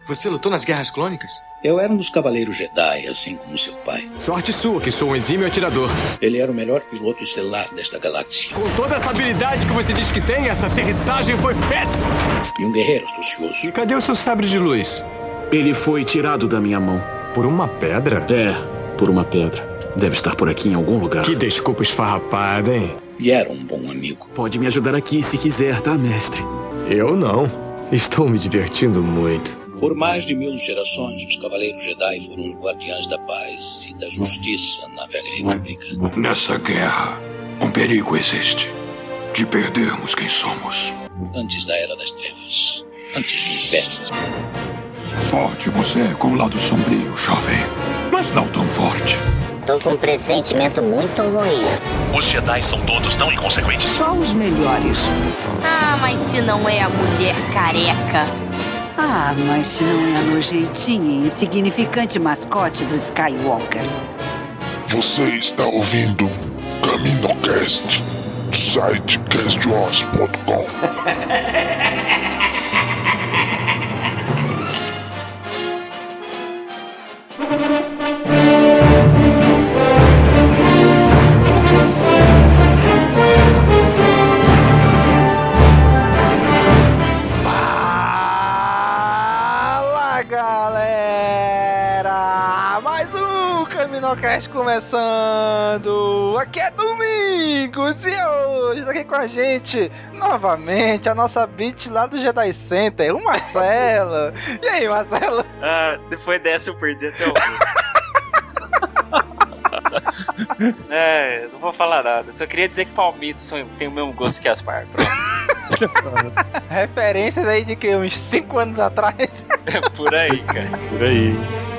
Você lutou nas Guerras Clônicas? Eu era um dos Cavaleiros Jedi, assim como seu pai. Sorte sua, que sou um exímio atirador. Ele era o melhor piloto estelar desta galáxia. Com toda essa habilidade que você diz que tem, essa aterrissagem foi péssima. E um guerreiro astucioso. E cadê o seu sabre de luz? Ele foi tirado da minha mão. Por uma pedra? É, por uma pedra. Deve estar por aqui em algum lugar. Que desculpa esfarrapada, hein? E era um bom amigo. Pode me ajudar aqui se quiser, tá, mestre? Eu não. Estou me divertindo muito. Por mais de 1000 gerações, os Cavaleiros Jedi foram os guardiães da paz e da justiça na Velha República. Nessa guerra, um perigo existe. De perdermos quem somos. Antes da Era das Trevas. Antes do Império. Forte você é com o lado sombrio, jovem. Mas não tão forte. Tô com um pressentimento muito ruim. Os Jedi são todos tão inconsequentes. Só os melhores. Ah, mas se não é a mulher careca. Ah, mas se não é a nojentinha e insignificante mascote do Skywalker. Você está ouvindo CaminoCast do site castwars.com. CaminoCast começando! Aqui é Domingos e hoje tá aqui com a gente novamente a nossa beat lá do Jedi Center, o Marcelo. E aí, Marcelo? Depois dessa eu perdi até o não vou falar nada. Só queria dizer que palmitos tem o mesmo gosto que Aspar. Pronto. Referências aí de que uns 5 anos atrás. Por aí, cara. Por aí.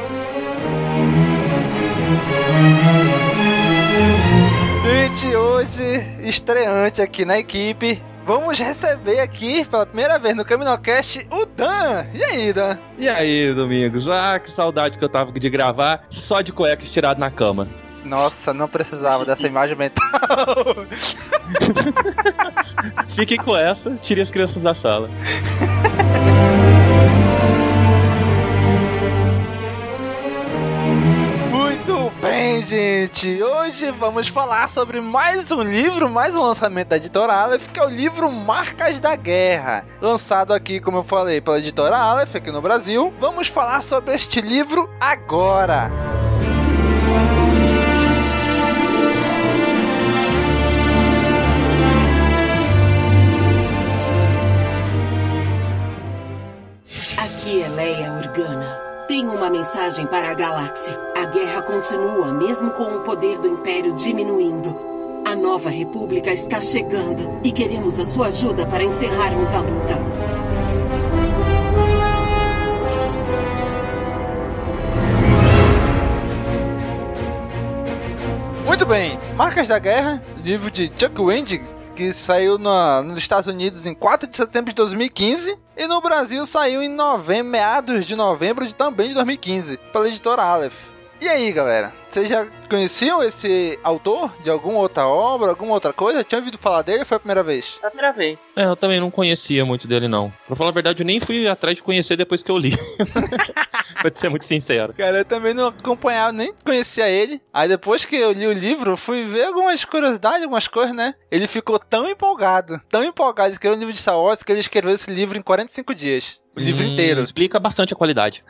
Gente, hoje, estreante aqui na equipe, vamos receber aqui, pela primeira vez no CaminoCast, o Dan. E aí, Dan? E aí, Domingos? Que saudade que eu tava de gravar só de cueca estirado na cama. Nossa, não precisava dessa imagem mental. Fiquem com essa, tire as crianças da sala. Muito bem, gente. Hoje vamos falar sobre mais um livro, mais um lançamento da Editora Aleph, que é o livro Marcas da Guerra. Lançado aqui, como eu falei, pela Editora Aleph, aqui no Brasil. Vamos falar sobre este livro agora. Aqui é Leia Organa. Tenho uma mensagem para a galáxia. A guerra continua, mesmo com o poder do Império diminuindo. A nova república está chegando e queremos a sua ajuda para encerrarmos a luta. Muito bem, Marcas da Guerra, livro de Chuck Wendig, que saiu nos Estados Unidos em 4 de setembro de 2015 e no Brasil saiu em meados de novembro também de 2015, pela Editora Aleph. E aí, galera? Vocês já conheciam esse autor de alguma outra obra, alguma outra coisa? Tinha ouvido falar dele ou foi a primeira vez? É a primeira vez. Eu também não conhecia muito dele, não. Pra falar a verdade, eu nem fui atrás de conhecer depois que eu li. Pra ser muito sincero. Cara, eu também não acompanhava, nem conhecia ele. Aí depois que eu li o livro, fui ver algumas curiosidades, algumas coisas, né? Ele ficou tão empolgado de escrever um livro de Star Wars que ele escreveu esse livro em 45 dias. O livro inteiro. Explica bastante a qualidade.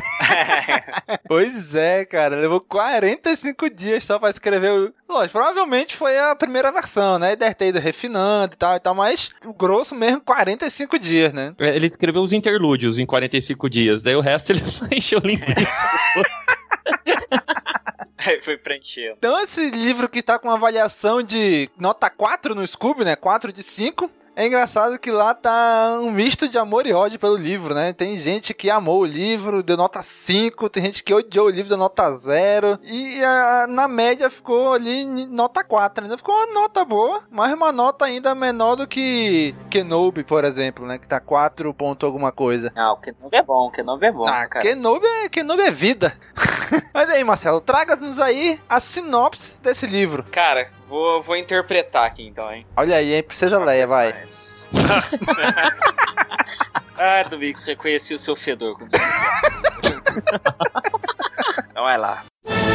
Pois é, cara. Levou 45 dias só pra escrever. Lógico, provavelmente foi a primeira versão, né? Deve ter ido refinando e tal, mas o grosso mesmo, 45 dias, né? Ele escreveu os interlúdios em 45 dias, daí o resto ele só encheu o linguiça. Aí foi preenchendo. Então esse livro que tá com uma avaliação de nota 4 no Scooby, né? 4 de 5. É engraçado que lá tá um misto de amor e ódio pelo livro, né? Tem gente que amou o livro, deu nota 5, tem gente que odiou o livro, deu nota 0. E na média ficou ali nota 4, né? Ficou uma nota boa, mas uma nota ainda menor do que Kenobi, por exemplo, né? Que tá 4 ponto alguma coisa. Não, Kenobi é bom, cara. Kenobi é vida. Mas aí, Marcelo, traga-nos aí a sinopse desse livro. Cara, vou interpretar aqui então, hein? Olha aí, hein? Princesa Leia, vai. Ah, Domingos, reconheci o seu fedor. Então vai lá.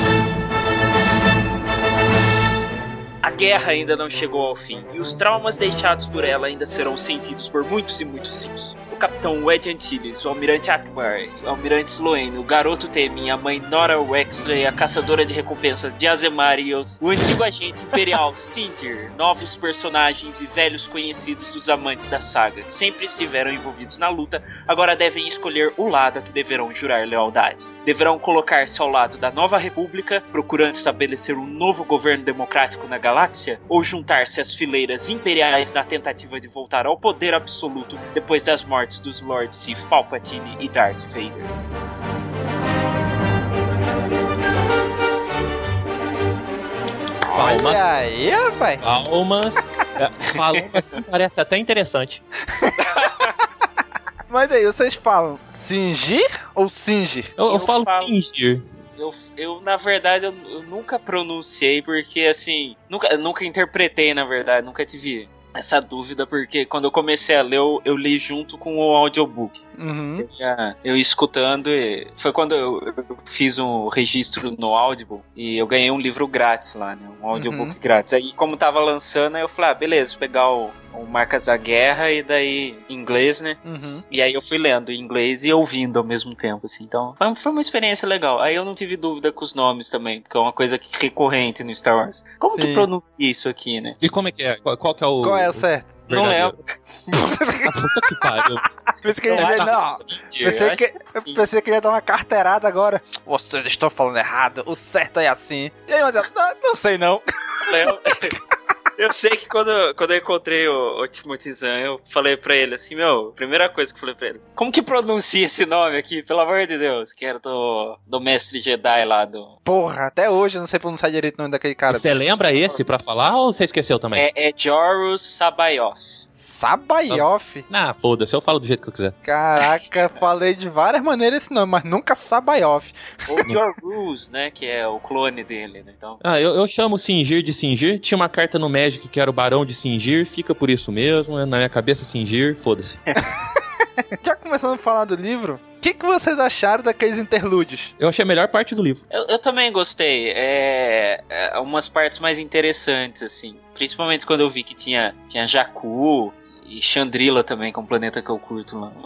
A guerra ainda não chegou ao fim, e os traumas deixados por ela ainda serão sentidos por muitos e muitos sims. O capitão Wedge Antilles, o almirante Akbar, o almirante Sloane, o garoto Temin, a mãe Nora Wexley, a caçadora de recompensas de Azemarios, o antigo agente imperial Sindir, novos personagens e velhos conhecidos dos amantes da saga, que sempre estiveram envolvidos na luta, agora devem escolher o lado a que deverão jurar lealdade. Deverão colocar-se ao lado da Nova República, procurando estabelecer um novo governo democrático na galáxia, ou juntar-se às fileiras imperiais na tentativa de voltar ao poder absoluto depois das mortes dos Lord Sith Palpatine e Darth Vader. Olha aí, rapaz. Palmas. Palmas parece até interessante. Mas aí, vocês falam Singir ou Singir? Eu falo Singir. Eu na verdade, eu nunca pronunciei, porque assim, nunca interpretei, na verdade, nunca tive essa dúvida, porque quando eu comecei a ler, eu li junto com o audiobook. Uhum. Eu escutando, e foi quando eu fiz um registro no Audible e eu ganhei um livro grátis lá, né? Um audiobook grátis. Aí, como tava lançando, aí eu falei, beleza, vou pegar o Marcas da Guerra e daí em inglês, né? Uhum. E aí eu fui lendo em inglês e ouvindo ao mesmo tempo, assim. Então, foi uma experiência legal. Aí eu não tive dúvida com os nomes também, porque é uma coisa recorrente no Star Wars. Como que pronuncia isso aqui, né? E como é que é? Qual que é o... Qual é o certo? Não lembro. Puta que pariu. Pensei que ele ia pensei que ele ia dar uma carteirada agora. Vocês estão falando errado, o certo é assim. E aí, mas não sei não. Eu sei que quando eu encontrei o Timothy Zahn, eu falei pra ele assim, primeira coisa que eu falei pra ele, como que pronuncia esse nome aqui, pelo amor de Deus, que era do mestre Jedi lá do... Porra, até hoje eu não sei pronunciar direito o nome daquele cara. Você lembra esse pra falar ou você esqueceu também? É Jorus Sabayoth. Sabayoth? Ah, foda-se, eu falo do jeito que eu quiser. Caraca, falei de várias maneiras esse nome, mas nunca Sabayoth. Ou Jorus, né, que é o clone dele, né, então... Eu chamo Singir de Singir, tinha uma carta no Magic que era o Barão de Singir, fica por isso mesmo, na minha cabeça Singir, foda-se. Já começando a falar do livro, o que vocês acharam daqueles interlúdios? Eu achei a melhor parte do livro. Eu também gostei. Umas partes mais interessantes, assim. Principalmente quando eu vi que tinha Jakku e Chandrila também, que é um planeta que eu curto lá.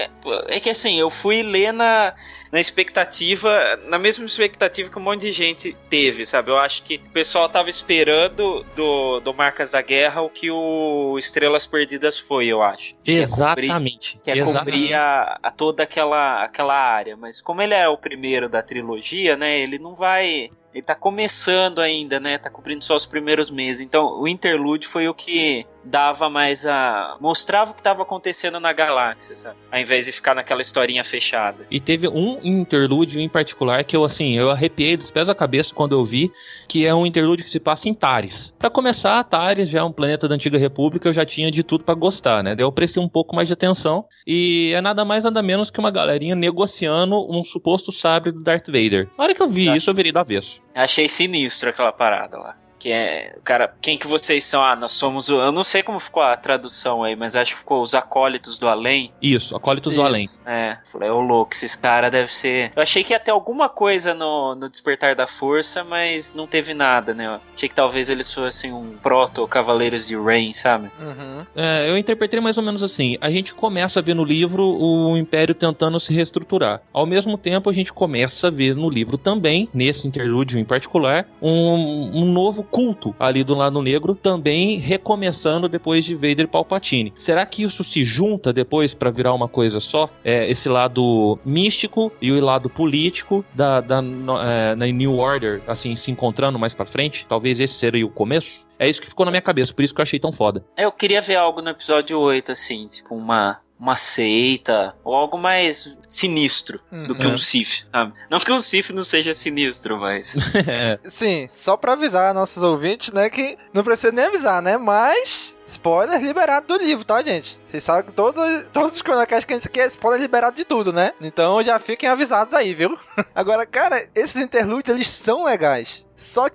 É que assim, eu fui ler na expectativa, na mesma expectativa que um monte de gente teve, sabe? Eu acho que o pessoal tava esperando do Marcas da Guerra o que o Estrelas Perdidas foi, eu acho. Exatamente. Que é cobrir toda aquela área. Mas como ele é o primeiro da trilogia, né? Ele não vai... Ele tá começando ainda, né? Tá cobrindo só os primeiros meses. Então, o interlúdio foi o que dava mais mostrava o que tava acontecendo na galáxia, sabe? Ao invés de ficar naquela historinha fechada. E teve um interlúdio em particular que eu arrepiei dos pés à cabeça quando eu vi, que é um interlúdio que se passa em Taris. Pra começar, Taris já é um planeta da Antiga República, eu já tinha de tudo pra gostar, né? Daí eu prestei um pouco mais de atenção e é nada mais nada menos que uma galerinha negociando um suposto sabre do Darth Vader. Na hora que eu vi isso, eu virei do avesso. Achei sinistro aquela parada lá. Que é, cara, quem que vocês são? Nós somos eu não sei como ficou a tradução aí, mas acho que ficou os Acólitos do Além. Isso, Acólitos do Além. Falei, louco, esses caras devem ser... Eu achei que ia ter alguma coisa no Despertar da Força, mas não teve nada, né? Eu achei que talvez eles fossem um proto-Cavaleiros de Rain, sabe? Uhum. Eu interpretei mais ou menos assim. A gente começa a ver no livro o Império tentando se reestruturar. Ao mesmo tempo, a gente começa a ver no livro também, nesse interlúdio em particular, um novo culto ali do lado negro, também recomeçando depois de Vader e Palpatine. Será que isso se junta depois pra virar uma coisa só? Esse lado místico e o lado político da New Order, assim, se encontrando mais pra frente? Talvez esse seria o começo? É isso que ficou na minha cabeça, por isso que eu achei tão foda. Eu queria ver algo no episódio 8, assim, tipo uma seita, ou algo mais sinistro do que um Sith, sabe? Não que um Sith não seja sinistro, mas... Sim, só pra avisar nossos ouvintes, né, que não precisa nem avisar, né, mas... Spoiler liberado do livro, tá, gente? Vocês sabem que todos os Chronocasts que a gente quer é spoiler liberado de tudo, né? Então já fiquem avisados aí, viu? Agora, cara, esses interlúdios, eles são legais. Só que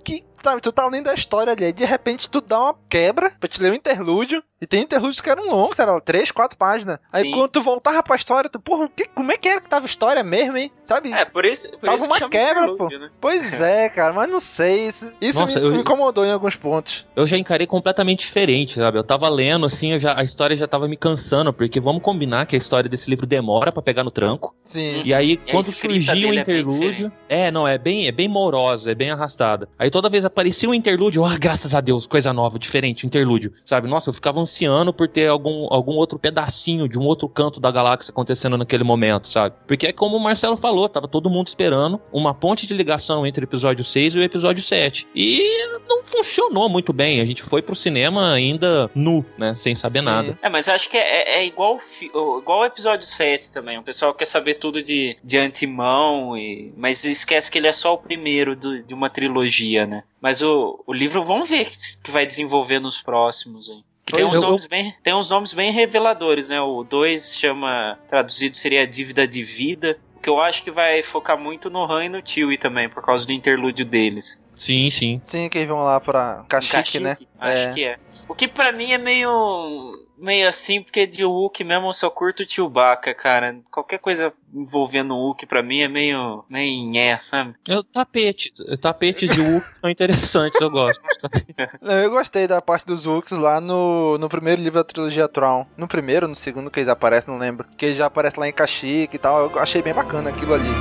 tu tá lendo a história ali, aí de repente tu dá uma quebra pra te ler o interlúdio, e tem interlúdios que eram longos, era 3, 4 páginas. Aí quando tu voltava pra história, tu, porra, como é que era que tava a história mesmo, hein? Sabe? Por isso tava isso uma quebra, pô. Né? Pois é, cara, mas não sei, isso Nossa, me incomodou em alguns pontos. Eu já encarei completamente diferente, sabe? Eu tava lendo, assim, a história já tava me cansando, porque vamos combinar que a história desse livro demora pra pegar no tranco. Sim. E aí, quando surgia o interlúdio... É bem morosa, é bem arrastada. Aí toda vez aparecia um interlúdio, graças a Deus, coisa nova, diferente, interlúdio, sabe? Nossa, eu ficava ansiando por ter algum outro pedacinho de um outro canto da galáxia acontecendo naquele momento, sabe? Porque é como o Marcelo falou, tava todo mundo esperando uma ponte de ligação entre o episódio 6 e o episódio 7. E não funcionou muito bem. A gente foi pro cinema ainda nu, né? Sem saber nada. Mas eu acho que é igual o episódio 7 também. O pessoal quer saber tudo de antemão, mas esquece que ele é só o primeiro de uma trilogia, né? Mas o livro, vamos ver que vai desenvolver nos próximos, hein? Tem uns nomes bem reveladores, né? O 2 traduzido seria Dívida de Vida, que eu acho que vai focar muito no Han e no Chewie também, por causa do interlúdio deles. Sim, sim. Sim, que eles vão lá pra Kashyyyk, né? Acho que é. O que pra mim é meio assim, porque de Wookiee mesmo eu só curto o Chewbacca, cara. Qualquer coisa envolvendo o Wookiee pra mim é meio sabe? Tapetes de Wookiee são interessantes, eu gosto. Eu gostei da parte dos Wookiees lá no primeiro livro da trilogia Thrawn. No primeiro ou no segundo que eles aparecem, não lembro. Que eles já aparecem lá em Kashyyyk e tal. Eu achei bem bacana aquilo ali.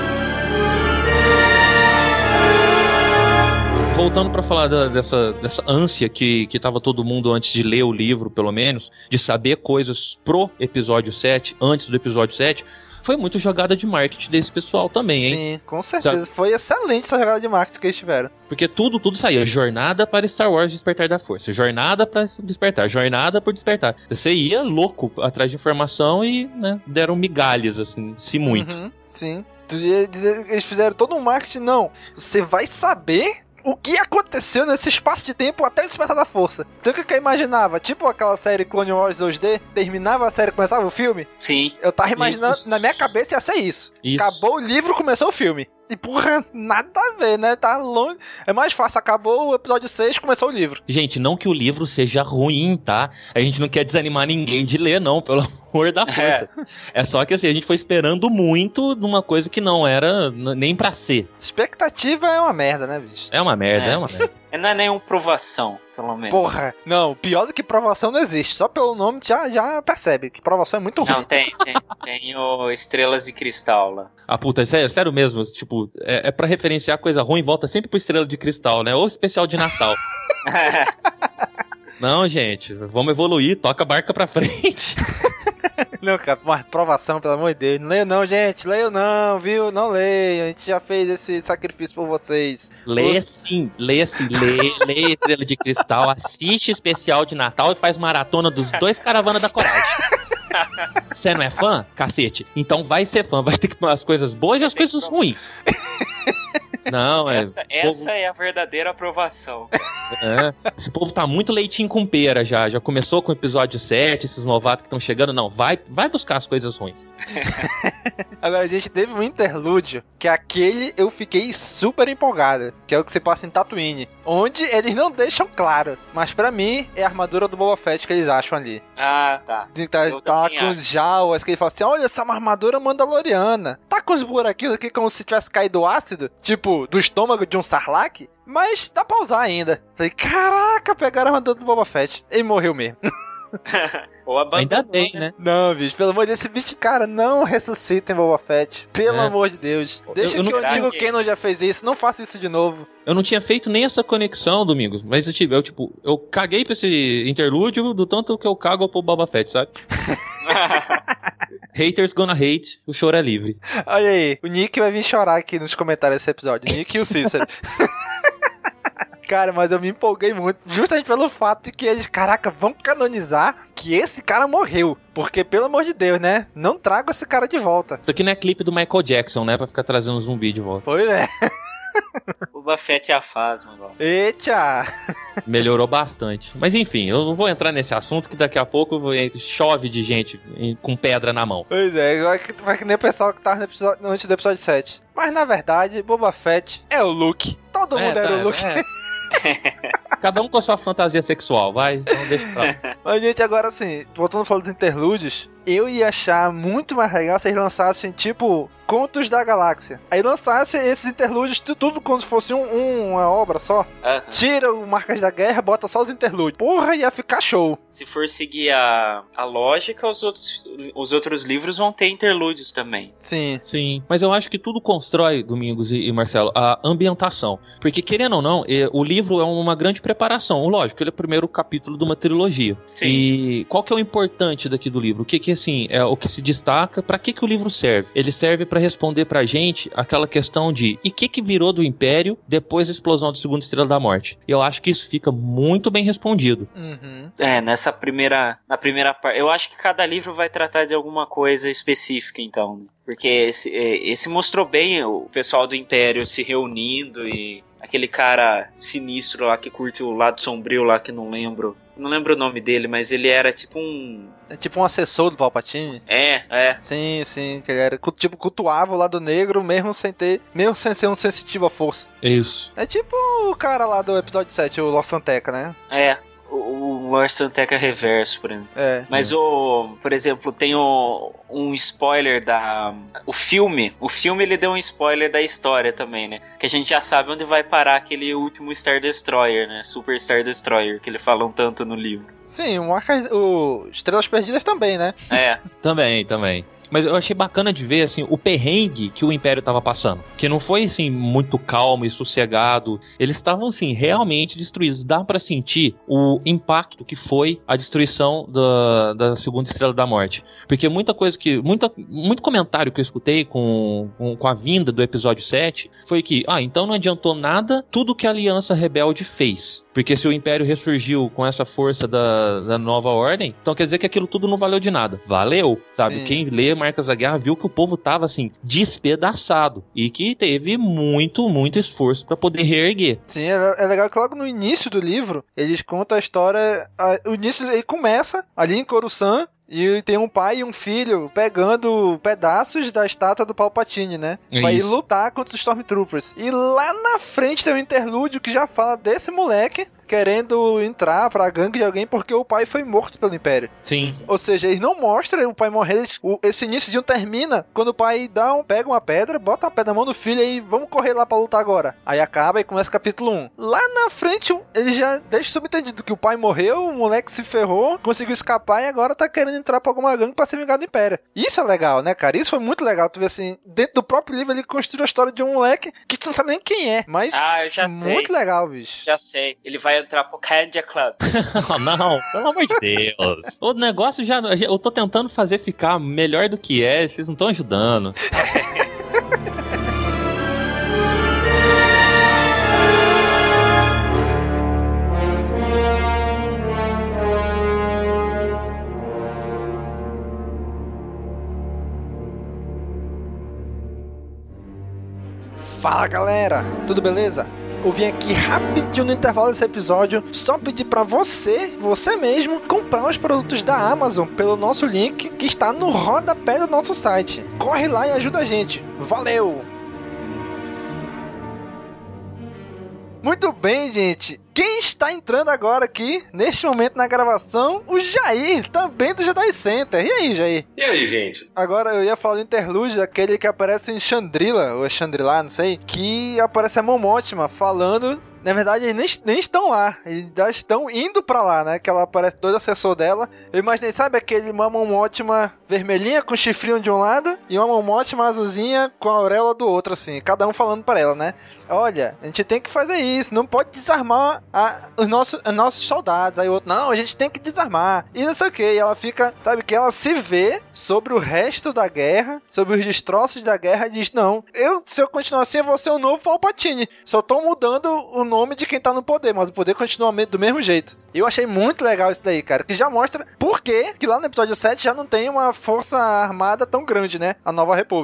Voltando pra falar dessa ânsia que tava todo mundo antes de ler o livro, pelo menos, de saber coisas pro episódio 7, antes do episódio 7, foi muito jogada de marketing desse pessoal também, hein? Sim, com certeza. Foi excelente essa jogada de marketing que eles tiveram. Porque tudo saía. Jornada para Star Wars Despertar da Força. Jornada para Despertar. Jornada por Despertar. Você ia louco atrás de informação e, né, deram migalhas, assim, se muito. Sim. Eles fizeram todo um marketing. Não, você vai saber o que aconteceu nesse espaço de tempo até o Despertar da Força. Então o que eu imaginava? Tipo aquela série Clone Wars 2D, terminava a série, começava o filme? Sim. Eu tava imaginando, na minha cabeça ia ser isso. Acabou o livro, começou o filme. E porra, nada a ver, né? Tá longe. É mais fácil, acabou o episódio 6, começou o livro. Gente, não que o livro seja ruim, tá? A gente não quer desanimar ninguém de ler, não, pelo amor da força. É só que assim, a gente foi esperando muito numa coisa que não era nem pra ser. Expectativa é uma merda, né, bicho? É uma merda. Não é nenhuma provação, pelo menos. Porra, não, pior do que provação não existe. Só pelo nome já percebe que provação é muito ruim. Não, tem o Estrelas de Cristal lá. Ah, puta, é sério mesmo? Tipo, é pra referenciar coisa ruim, volta sempre pro Estrela de Cristal, né? Ou especial de Natal. Não, gente, vamos evoluir, toca a barca pra frente. Não, cara, uma provação, pelo amor de Deus. Não leio não, gente. Leio não, viu? Não leio. A gente já fez esse sacrifício por vocês. Lê sim. Lê Estrela de Cristal, assiste especial de Natal e faz maratona dos 2 Caravana da Coragem. Você não é fã? Cacete. Então vai ser fã. Vai ter que as coisas boas e as coisas ruins. Não, essa é a verdadeira aprovação. Esse povo tá muito leitinho com pera já começou com o episódio 7, esses novatos que estão chegando. Não, vai buscar as coisas ruins. Agora, a gente teve um interlúdio, que aquele eu fiquei super empolgado, que é o que se passa em Tatooine, onde eles não deixam claro, mas pra mim é a armadura do Boba Fett que eles acham ali. Ah, tá. Tá com os Jawas, que ele fala assim, olha, essa é uma armadura mandaloriana. Tá com os buraquinhos aqui como se tivesse caído ácido, tipo, do estômago de um Sarlacc, mas dá pra usar ainda. Falei, caraca, pegaram a armadura do Boba Fett. Ele morreu mesmo. Ou abandonou, ainda bem, né? Não, bicho, pelo amor de Deus, esse bicho, cara, não ressuscitem Boba Fett. Pelo amor de Deus. Deixa que o antigo Kenan já fez isso, não faça isso de novo. Eu não tinha feito nem essa conexão, Domingos, mas eu caguei pra esse interlúdio do tanto que eu cago pro Boba Fett, sabe? Haters gonna hate, o choro é livre. Olha aí, o Nick vai vir chorar aqui nos comentários desse episódio. O Nick e o Cícero. Cara, mas eu me empolguei muito, justamente pelo fato de que eles, caraca, vão canonizar que esse cara morreu. Porque, pelo amor de Deus, né? Não trago esse cara de volta. Isso aqui não é clipe do Michael Jackson, né? Pra ficar trazendo um zumbi de volta. Pois é. O Boba Fett é a Phasma agora. Eita! Melhorou bastante. Mas enfim, eu não vou entrar nesse assunto que daqui a pouco chove de gente com pedra na mão. Pois é, vai que nem o pessoal que tava antes do episódio 7. Mas na verdade, Boba Fett é o Luke. Todo mundo era o Luke. Cada um com a sua fantasia sexual, vai. Então deixa pra lá. Mas, gente, agora assim, voltando a falar dos interlúdios, eu ia achar muito mais legal se eles lançassem, tipo, Contos da Galáxia. Aí lançassem esses interlúdios, tudo como se fosse uma obra só. Tira o Marcas da Guerra, bota só os interlúdios. Porra, ia ficar show. Se for seguir a lógica, os outros livros vão ter interlúdios também. Sim. Sim, mas eu acho que tudo constrói, Domingos e Marcelo, a ambientação. Porque, querendo ou não, o livro é uma grande preparação. Lógico, ele é o primeiro capítulo de uma trilogia. Sim. E qual que é o importante daqui do livro? O que assim, é o que se destaca? Pra que o livro serve? Ele serve pra responder pra gente aquela questão de e que virou do Império depois da explosão da Segunda Estrela da Morte. E eu acho que isso fica muito bem respondido. Uhum. Na primeira parte. Eu acho que cada livro vai tratar de alguma coisa específica, então. Porque esse mostrou bem o pessoal do Império se reunindo e aquele cara sinistro lá que curte o lado sombrio lá, que não lembro o nome dele, mas ele era tipo um... É tipo um assessor do Palpatine? É. Sim, que ele era, tipo, cultuava o lado negro mesmo sem ser um sensitivo à força. Isso. É tipo o cara lá do episódio 7, o Lor Santeca, né? É. O Lor Santeca reverso, por exemplo. Mas por exemplo, tem um spoiler o filme ele deu um spoiler da história também, né? Que a gente já sabe onde vai parar aquele último Star Destroyer, né? Super Star Destroyer, que eles falam tanto no livro. Sim, o Estrelas Perdidas também, né? Também. Mas eu achei bacana de ver, assim, o perrengue que o Império tava passando. Que não foi, assim, muito calmo e sossegado. Eles estavam, assim, realmente destruídos. Dá pra sentir o impacto que foi a destruição da Segunda Estrela da Morte. Porque muita coisa muito comentário que eu escutei com a vinda do episódio 7 foi que, então não adiantou nada tudo que a Aliança Rebelde fez. Porque se o Império ressurgiu com essa força da Nova Ordem, então quer dizer que aquilo tudo não valeu de nada. Valeu, sabe? Sim. Quem lê Marcas da Guerra viu que o povo tava, assim, despedaçado. E que teve muito, muito esforço pra poder reerguer. Sim, é legal que logo no início do livro, eles contam a história... O início, ele começa ali em Coruscant, e tem um pai e um filho pegando pedaços da estátua do Palpatine, né? Pra ir lutar contra os Stormtroopers. E lá na frente tem um interlúdio que já fala desse moleque querendo entrar pra gangue de alguém porque o pai foi morto pelo Império. Sim. Ou seja, eles não mostram o pai morrer. Esse iníciozinho termina quando o pai pega uma pedra, bota a pedra na mão do filho e vamos correr lá pra lutar agora. Aí acaba e começa o capítulo 1. Lá na frente, ele já deixa subentendido que o pai morreu, o moleque se ferrou, conseguiu escapar e agora tá querendo entrar pra alguma gangue pra se vingar do Império. Isso é legal, né, cara? Isso foi muito legal. Tu vê assim, dentro do próprio livro ele construiu a história de um moleque que tu não sabe nem quem é, mas eu já sei. Muito legal, bicho. Já sei. Ele vai entrar pro Candia Club. Não, pelo amor de Deus. O negócio eu tô tentando fazer ficar melhor do que vocês não estão ajudando. Fala, galera, tudo beleza? Eu vim aqui rapidinho no intervalo desse episódio só pedir pra você mesmo, comprar os produtos da Amazon pelo nosso link que está no rodapé do nosso site. Corre lá e ajuda a gente. Valeu! Muito bem, gente. Quem está entrando agora aqui, neste momento na gravação, o Jair, também do Jedi Center. E aí, Jair? E aí, gente? Agora eu ia falar do interlúdio, aquele que aparece em Chandrila, ou é Chandrila, não sei, que aparece a Mon Mothma falando... Na verdade, eles nem estão lá. Eles já estão indo pra lá, né? Que ela aparece dois assessores dela. Eu imaginei, sabe aquele uma Mon Mothma vermelhinha com chifrinho de um lado e uma Mon Mothma azulzinha com a auréola do outro, assim. Cada um falando pra ela, né? Olha, a gente tem que fazer isso. Não pode desarmar os nossos soldados. Aí o outro, não, a gente tem que desarmar. E não sei o que. E ela fica, sabe, que ela se vê sobre o resto da guerra, sobre os destroços da guerra e diz, não, se eu continuar assim, eu vou ser o novo Palpatine. Só tô mudando o nome de quem tá no poder, mas o poder continua do mesmo jeito. Eu achei muito legal isso daí, cara, que já mostra por que lá no episódio 7 já não tem uma força armada tão grande, né? A Nova República.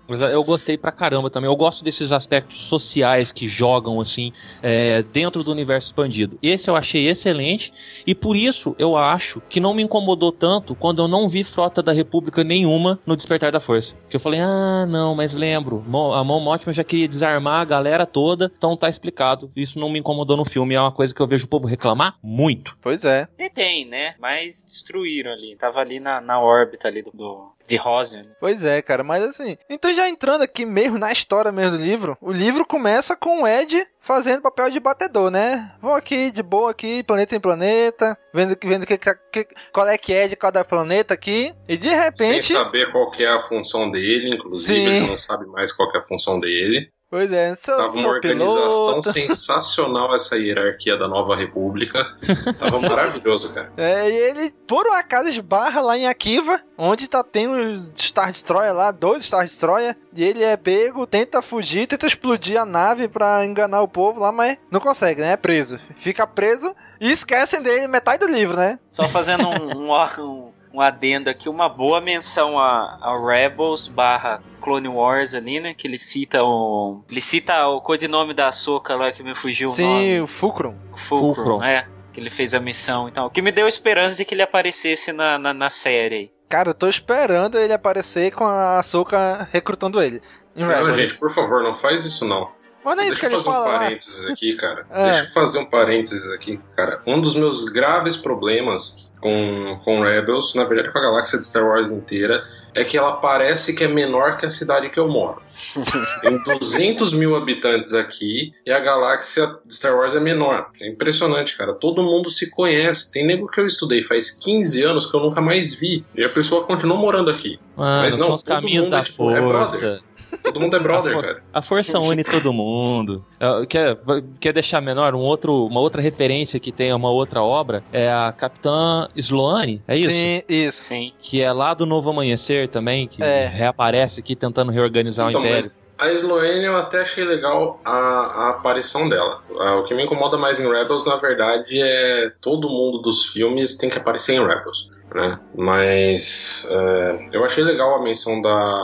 Mas eu gostei pra caramba também. Eu gosto desses aspectos sociais que jogam, assim, dentro do universo expandido. Esse eu achei excelente, e por isso eu acho que não me incomodou tanto quando eu não vi Frota da República nenhuma no Despertar da Força. Que eu falei, não, mas lembro, a Mon Mothma já queria desarmar a galera toda, então tá explicado. Isso não me incomodou no filme, é uma coisa que eu vejo o povo reclamar muito. Pois é. E tem, né? Mas destruíram ali. Tava ali na órbita ali de Rosnian. Pois é, cara, mas assim... Então já entrando aqui mesmo na história mesmo do livro, o livro começa com o Ed fazendo papel de batedor, né? Vou aqui, de boa aqui, planeta em planeta, vendo qual é que é de cada planeta aqui, e de repente... Sem saber qual que é a função dele, inclusive, Sim. Ele não sabe mais qual que é a função dele. Pois é, Tava uma organização sensacional essa hierarquia da Nova República. Tava maravilhoso, cara. E ele, por um acaso, esbarra lá em Akiva, onde tem um Star Destroyer lá, 2 Star Destroyer, e ele é pego, tenta fugir, tenta explodir a nave pra enganar o povo lá, mas não consegue, né? É preso. Fica preso e esquecem dele metade do livro, né? Só fazendo um adendo aqui, uma boa menção a Rebels / Clone Wars ali, né? Que ele cita o codinome da Ahsoka lá, que me fugiu o nome. Sim, o Fulcrum. Fulcrum, que ele fez a missão. Então, o que me deu esperança de que ele aparecesse na série. Cara, eu tô esperando ele aparecer com a Ahsoka recrutando ele. Não, gente, por favor, não faz isso não. Mas não é isso que ele fala. Deixa eu fazer um parênteses aqui, cara. Deixa eu fazer um parênteses aqui, cara. Um dos meus graves problemas com Rebels, na verdade com a galáxia de Star Wars inteira, é que ela parece que é menor que a cidade que eu moro. Tem 200 mil habitantes aqui e a galáxia de Star Wars é menor. É impressionante, cara. Todo mundo se conhece. Tem nego que eu estudei faz 15 anos que eu nunca mais vi. E a pessoa continua morando aqui. Mas não, são os caminhos da força. É brother. Todo mundo é brother, cara. A força une todo mundo. Quer deixar menor? Uma outra referência que tem a uma outra obra é a Capitã Sloane, é isso? Sim, isso. Sim. Que é lá do Novo Amanhecer também, que reaparece aqui tentando reorganizar o Império. Mas a Sloane eu até achei legal a aparição dela. O que me incomoda mais em Rebels, na verdade, é todo mundo dos filmes tem que aparecer em Rebels, né? Mas eu achei legal a menção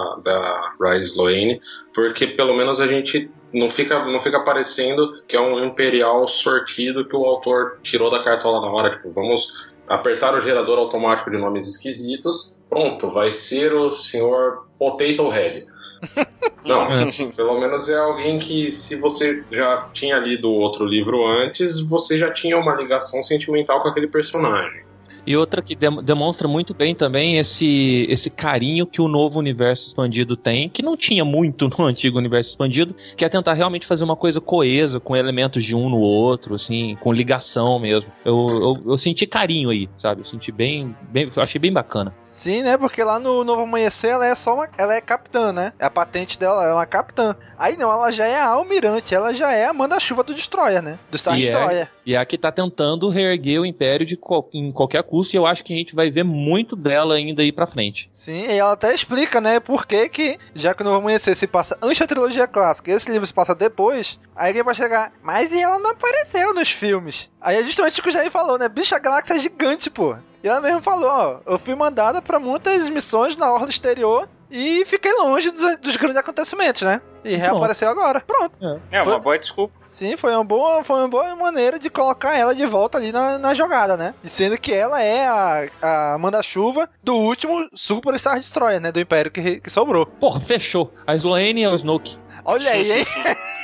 da Rey Sloane, porque pelo menos a gente não fica parecendo que é um imperial sortido que o autor tirou da cartola na hora. Tipo, vamos apertar o gerador automático de nomes esquisitos, pronto, vai ser o senhor Potato Head. Não, pelo menos é alguém que, se você já tinha lido o outro livro antes, você já tinha uma ligação sentimental com aquele personagem. E outra que demonstra muito bem também esse carinho que o novo universo expandido tem, que não tinha muito no antigo universo expandido, que é tentar realmente fazer uma coisa coesa, com elementos de um no outro, assim, com ligação mesmo. Eu senti carinho aí, sabe? Eu senti eu achei bem bacana. Sim, né? Porque lá no Novo Amanhecer ela é capitã, né? A patente dela é uma capitã. Aí não, ela já é a almirante, ela já é a manda-chuva do Destroyer, né? Do Star Destroyer. E é a que tá tentando reerguer o Império em qualquer custo, e eu acho que a gente vai ver muito dela ainda aí pra frente. Sim, e ela até explica, né, por que já que o Novo Amanhecer se passa antes da trilogia clássica e esse livro se passa depois, aí alguém vai chegar, mas ela não apareceu nos filmes. Aí é justamente o que o Jair falou, né, bicho, a galáxia é gigante, pô. E ela mesmo falou, ó, eu fui mandada pra muitas missões na orla exterior e fiquei longe dos grandes acontecimentos, né? E reapareceu agora. Pronto. Uma boa desculpa. Sim, foi uma boa maneira de colocar ela de volta ali na jogada, né? E sendo que ela é a manda-chuva do último Super Star Destroyer, né? Do Império que sobrou. Porra, fechou. A Sloane é o Snoke. Olha aí, hein?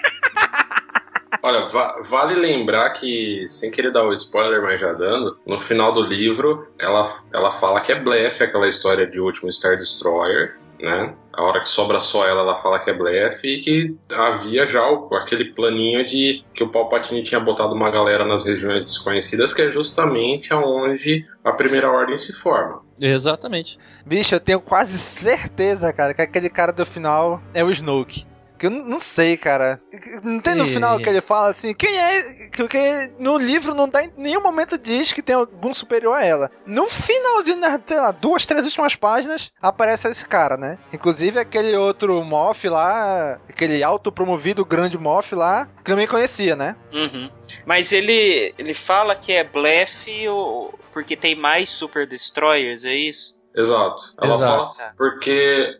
Olha, vale lembrar que, sem querer dar o spoiler, mas já dando, no final do livro, ela fala que é blefe aquela história de último Star Destroyer, né? A hora que sobra só ela fala que é blefe e que havia já aquele planinho de que o Palpatine tinha botado uma galera nas regiões desconhecidas, que é justamente aonde a Primeira Ordem se forma. Exatamente. Bicho, eu tenho quase certeza, cara, que aquele cara do final é o Snoke. Que eu não sei, cara. Não tem no final que ele fala assim, quem é? Porque no livro não dá em nenhum momento diz que tem algum superior a ela. No finalzinho, sei lá, 2, 3 últimas páginas, aparece esse cara, né? Inclusive aquele outro Moff lá, aquele autopromovido grande Moff lá, que eu também conhecia, né? Uhum. Mas ele fala que é blefe porque tem mais Super Destroyers, é isso? Exato. Ela fala porque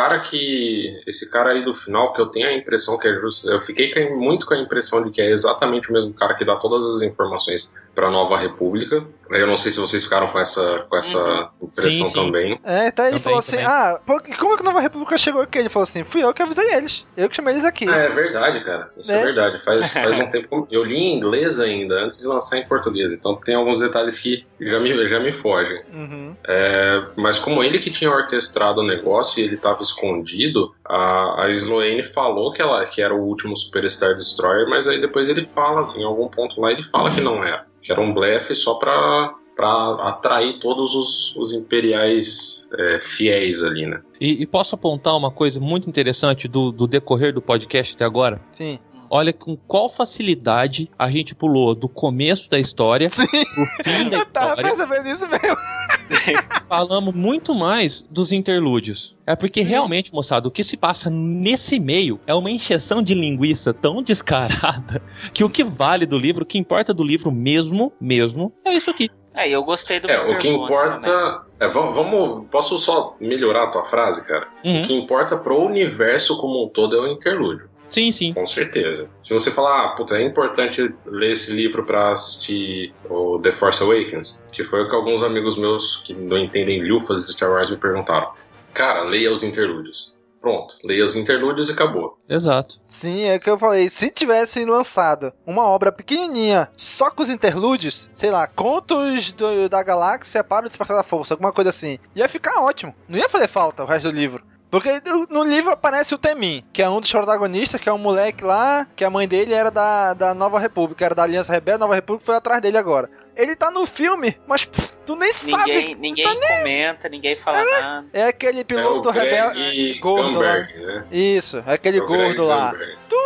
esse cara aí do final, que eu tenho a impressão que é justo, eu fiquei muito com a impressão de que é exatamente o mesmo cara que dá todas as informações pra Nova República. Eu não sei se vocês ficaram com essa impressão também. Então ele falou assim, como é que a Nova República chegou aqui? Ele falou assim, fui eu que avisei eles, eu que chamei eles aqui. É verdade, cara, isso é verdade. Faz um tempo, eu li em inglês ainda, antes de lançar em português, então tem alguns detalhes que já me fogem. Mas como ele que tinha orquestrado o negócio e ele estava escondido, a Sloane falou que era o último Superstar Destroyer, mas aí depois ele fala, em algum ponto lá, ele fala que não era. Que era um blefe só pra atrair todos os imperiais fiéis ali, né? E posso apontar uma coisa muito interessante do decorrer do podcast até agora? Sim. Olha com qual facilidade a gente pulou do começo da história pro fim da história. Eu tava percebendo isso mesmo. Falamos muito mais dos interlúdios. É porque realmente, moçada, o que se passa nesse meio é uma encheção de linguiça tão descarada que o que vale do livro, o que importa do livro mesmo, é isso aqui. Eu gostei do Mr. O que importa... posso só melhorar a tua frase, cara? O que importa pro universo como um todo é o interlúdio. Sim. Com certeza. Se você falar, é importante ler esse livro pra assistir o The Force Awakens, que foi o que alguns amigos meus que não entendem lufas de Star Wars me perguntaram. Cara, leia os interlúdios. Pronto, leia os interlúdios e acabou. Exato. Sim, é o que eu falei. Se tivessem lançado uma obra pequenininha só com os interlúdios, sei lá, Contos da Galáxia para o Despertar da Força, alguma coisa assim, ia ficar ótimo. Não ia fazer falta o resto do livro. Porque no livro aparece o Temin, que é um dos protagonistas, que é um moleque lá, que a mãe dele era da Nova República, era da Aliança Rebelde, Nova República foi atrás dele agora. Ele tá no filme, mas tu nem sabe. Ninguém comenta, ninguém fala nada. É aquele piloto rebelde gordo lá. Né? Isso, é aquele gordo lá.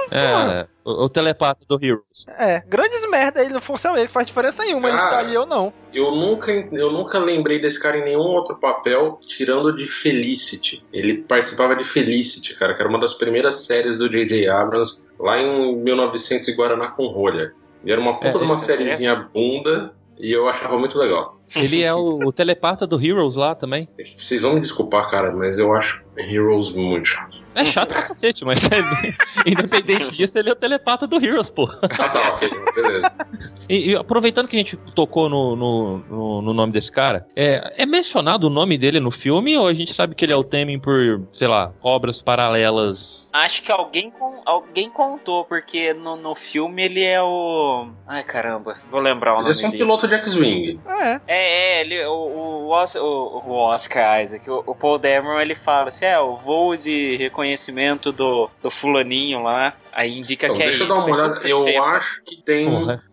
O telepata do Heroes. Grandes merda, ele não fosse ele, faz diferença nenhuma, ele tá ali ou não. Eu nunca lembrei desse cara em nenhum outro papel, tirando de Felicity. Ele participava de Felicity, cara, que era uma das primeiras séries do J.J. Abrams, lá em 1900 e Guaraná com rolha. E era uma puta de uma sériezinha bunda, e eu achava muito legal. Ele é o telepata do Heroes lá também. Vocês vão me desculpar, cara, mas eu acho Heroes muito chato. É chato pra cacete, mas independente disso, ele é o telepata do Heroes, pô. Tá, ok, beleza. E aproveitando que a gente tocou no nome desse cara, é mencionado o nome dele no filme ou a gente sabe que ele é o Temin por, sei lá, obras paralelas? Acho que alguém contou, porque no filme ele é o... Ai, caramba, vou lembrar o nome dele. Ele é um piloto de X-Wing. Ele, o Oscar Isaac, o Paul Dameron, ele fala assim, o voo de reconhecimento do fulaninho lá, aí indica que deixa eu dar uma olhada, eu acho que tem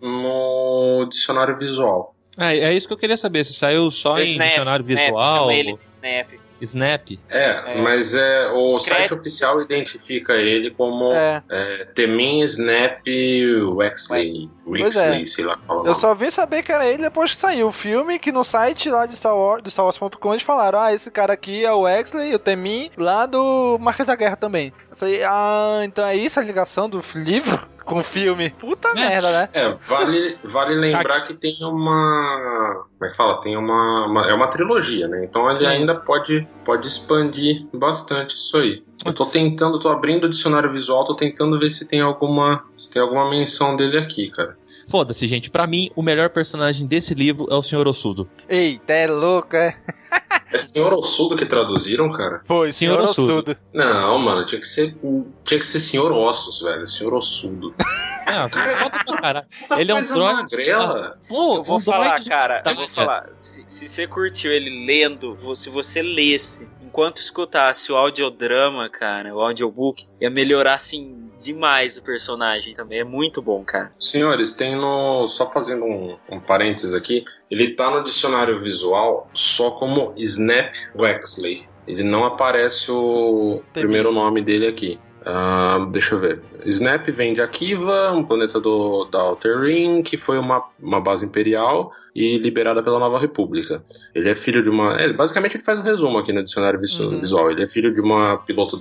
no dicionário visual. É isso que eu queria saber, se saiu só em dicionário visual. Chama ele de Snap. Snap? Mas o site oficial identifica ele como Temin Snap Wexley, sei lá qual é o nome. Eu só vim saber que era ele depois que saiu o filme, que no site lá de Star Wars, do StarWars.com, eles falaram, esse cara aqui é o Wexley, o Temin, lá do Marquês da Guerra também. Eu falei, então é isso a ligação do livro com o filme? Puta merda, né? Vale lembrar que tem uma... Como é que fala? Tem uma... É uma trilogia, né? Então ele ainda pode expandir bastante isso aí. Eu tô abrindo o dicionário visual, tô tentando ver se tem alguma menção dele aqui, cara. Foda-se, gente. Pra mim, o melhor personagem desse livro é o Sr. Ossudo. Eita, é louco, é? É Sr. Ossudo que traduziram, cara? Foi, Sr. Ossudo. Não, mano, tinha que ser Sr. Ossos, velho. Sr. Ossudo. Cara, volta pra caralho. Ele é um droid. Eu vou falar, cara. Eu vou falar. Se você curtiu ele lendo, se você lesse enquanto escutasse o audiodrama, cara, o audiobook, ia melhorar, assim, demais o personagem também. É muito bom, cara. Senhores, tem só fazendo um parênteses aqui, ele tá no dicionário visual só como Snap Wexley. Ele não aparece o primeiro nome dele aqui. Deixa eu ver. Snap vem de Akiva, um planeta da Outer Rim, que foi uma base imperial e liberada pela Nova República. Ele é filho de uma... basicamente ele faz um resumo aqui no dicionário visual. Ele é filho de uma piloto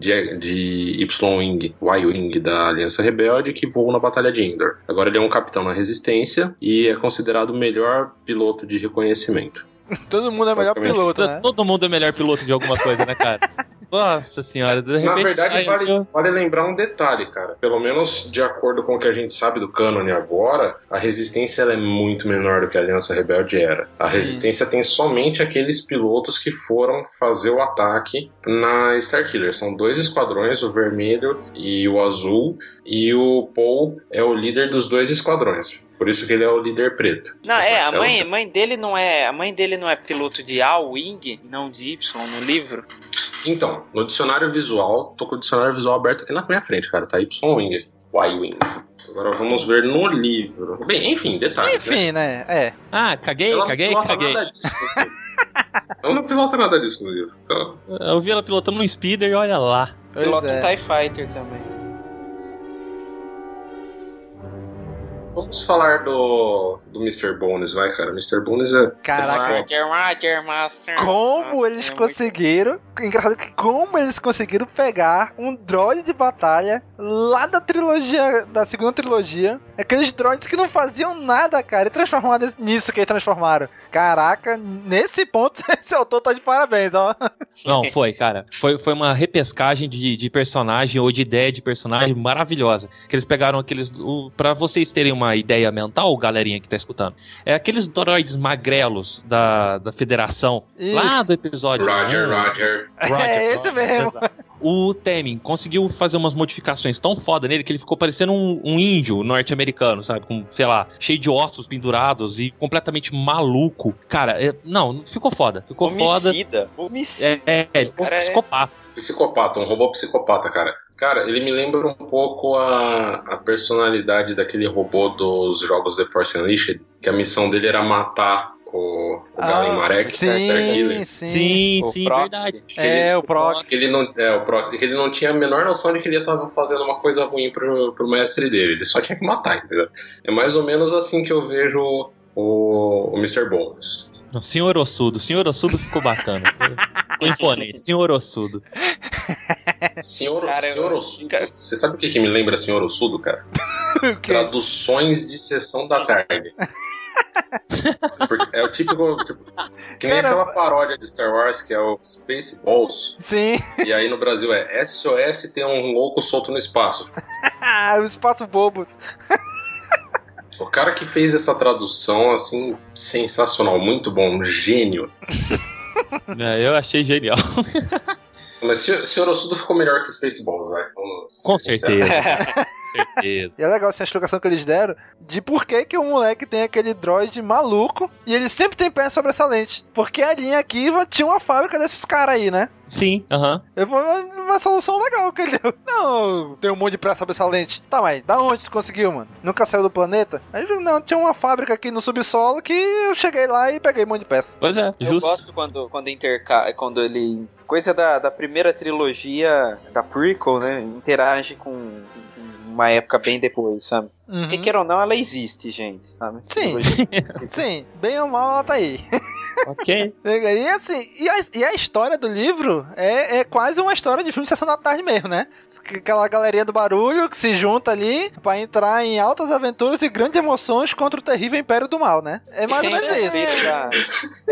de Y-Wing da Aliança Rebelde que voou na Batalha de Endor. Agora ele é um capitão na Resistência e é considerado o melhor piloto de reconhecimento. Todo mundo é melhor piloto, né? Todo mundo é melhor piloto de alguma coisa, né, cara? Nossa senhora, de repente... Na verdade, vale lembrar um detalhe, cara. Pelo menos de acordo com o que a gente sabe do cânone agora, a Resistência ela é muito menor do que a Aliança Rebelde era. A Resistência tem somente aqueles pilotos que foram fazer o ataque na Starkiller. São 2 esquadrões, o vermelho e o azul, e o Paul é o líder dos 2 esquadrões. Por isso que ele é o líder preto. Não, a mãe dele não é piloto de A, Wing, não de Y no livro. Então, no dicionário visual, tô com o dicionário visual aberto aqui na minha frente, cara, tá Y-Wing, Y-Wing. Agora vamos ver no livro. Bem, enfim, detalhe. Enfim, né? É. Ah, caguei. Nada disso, ela não pilota nada disso no livro. Então... Eu vi ela pilotando um Speeder e olha lá. Pilota um TIE Fighter também. Vamos falar do Mr. Bones, vai, cara. Mr. Bones é... Caraca. Roger, Master. Como eles conseguiram... Engraçado que como eles conseguiram pegar um droid de batalha lá da trilogia, da segunda trilogia. Aqueles droids que não faziam nada, cara. E transformar nisso que eles transformaram. Caraca, nesse ponto, esse autor tá de parabéns, ó. Não, foi, cara. Foi uma repescagem de personagem ou de ideia de personagem maravilhosa. Que eles pegaram aqueles... Pra vocês terem uma ideia mental, galerinha que tá escutando. É aqueles droids magrelos da Federação. Isso. Lá do episódio. Roger. É esse mesmo. O Temin conseguiu fazer umas modificações tão foda nele que ele ficou parecendo um índio norte-americano, sabe? Com, sei lá, cheio de ossos pendurados e completamente maluco. Cara, não, ficou foda. Ficou Homicida. Ele ficou psicopata. Psicopata, um robô psicopata, cara. Cara, ele me lembra um pouco a personalidade daquele robô dos jogos The Force Unleashed, que a missão dele era matar o Galen Marek, Sim, verdade. O Proxy. Que ele não tinha a menor noção de que ele estava fazendo uma coisa ruim pro mestre dele. Ele só tinha que matar, entendeu? É mais ou menos assim que eu vejo o Mr. Bones. O Senhor Ossudo ficou bacana. Ficou imponente, Senhor Ossudo. Senhor Ossudo. Você sabe o que me lembra Senhor Ossudo, cara? Traduções de sessão da tarde. É o típico. Que nem aquela paródia de Star Wars que é o Spaceballs. Sim. E aí no Brasil é SOS tem um louco solto no espaço. O espaço bobos. O cara que fez essa tradução, assim, sensacional, muito bom, um gênio. Eu achei genial. Mas o Senhor Ossudo ficou melhor que o Spaceballs, né? Com certeza. E é legal assim, a explicação que eles deram de por que o moleque tem aquele droid maluco e ele sempre tem pé sobressalente. Porque a linha Kiva tinha uma fábrica desses caras aí, né? Sim, Uma solução legal que ele deu. Não, tem um monte de pé sobressalente. Tá, mas da onde tu conseguiu, mano? Nunca saiu do planeta? Aí não, tinha uma fábrica aqui no subsolo que eu cheguei lá e peguei um monte de peça. Pois é, justo. Eu gosto quando ele... Coisa da primeira trilogia, da prequel, né? Interage com uma época bem depois, sabe? Uhum. Porque queira ou não, ela existe, gente, sabe? Sim, sim, bem ou mal ela tá aí. Ok. E assim, e a história do livro é quase uma história de filme de Sessão da Tarde mesmo, né? Aquela galerinha do barulho que se junta ali pra entrar em altas aventuras e grandes emoções contra o terrível Império do Mal, né? É mais ou menos isso.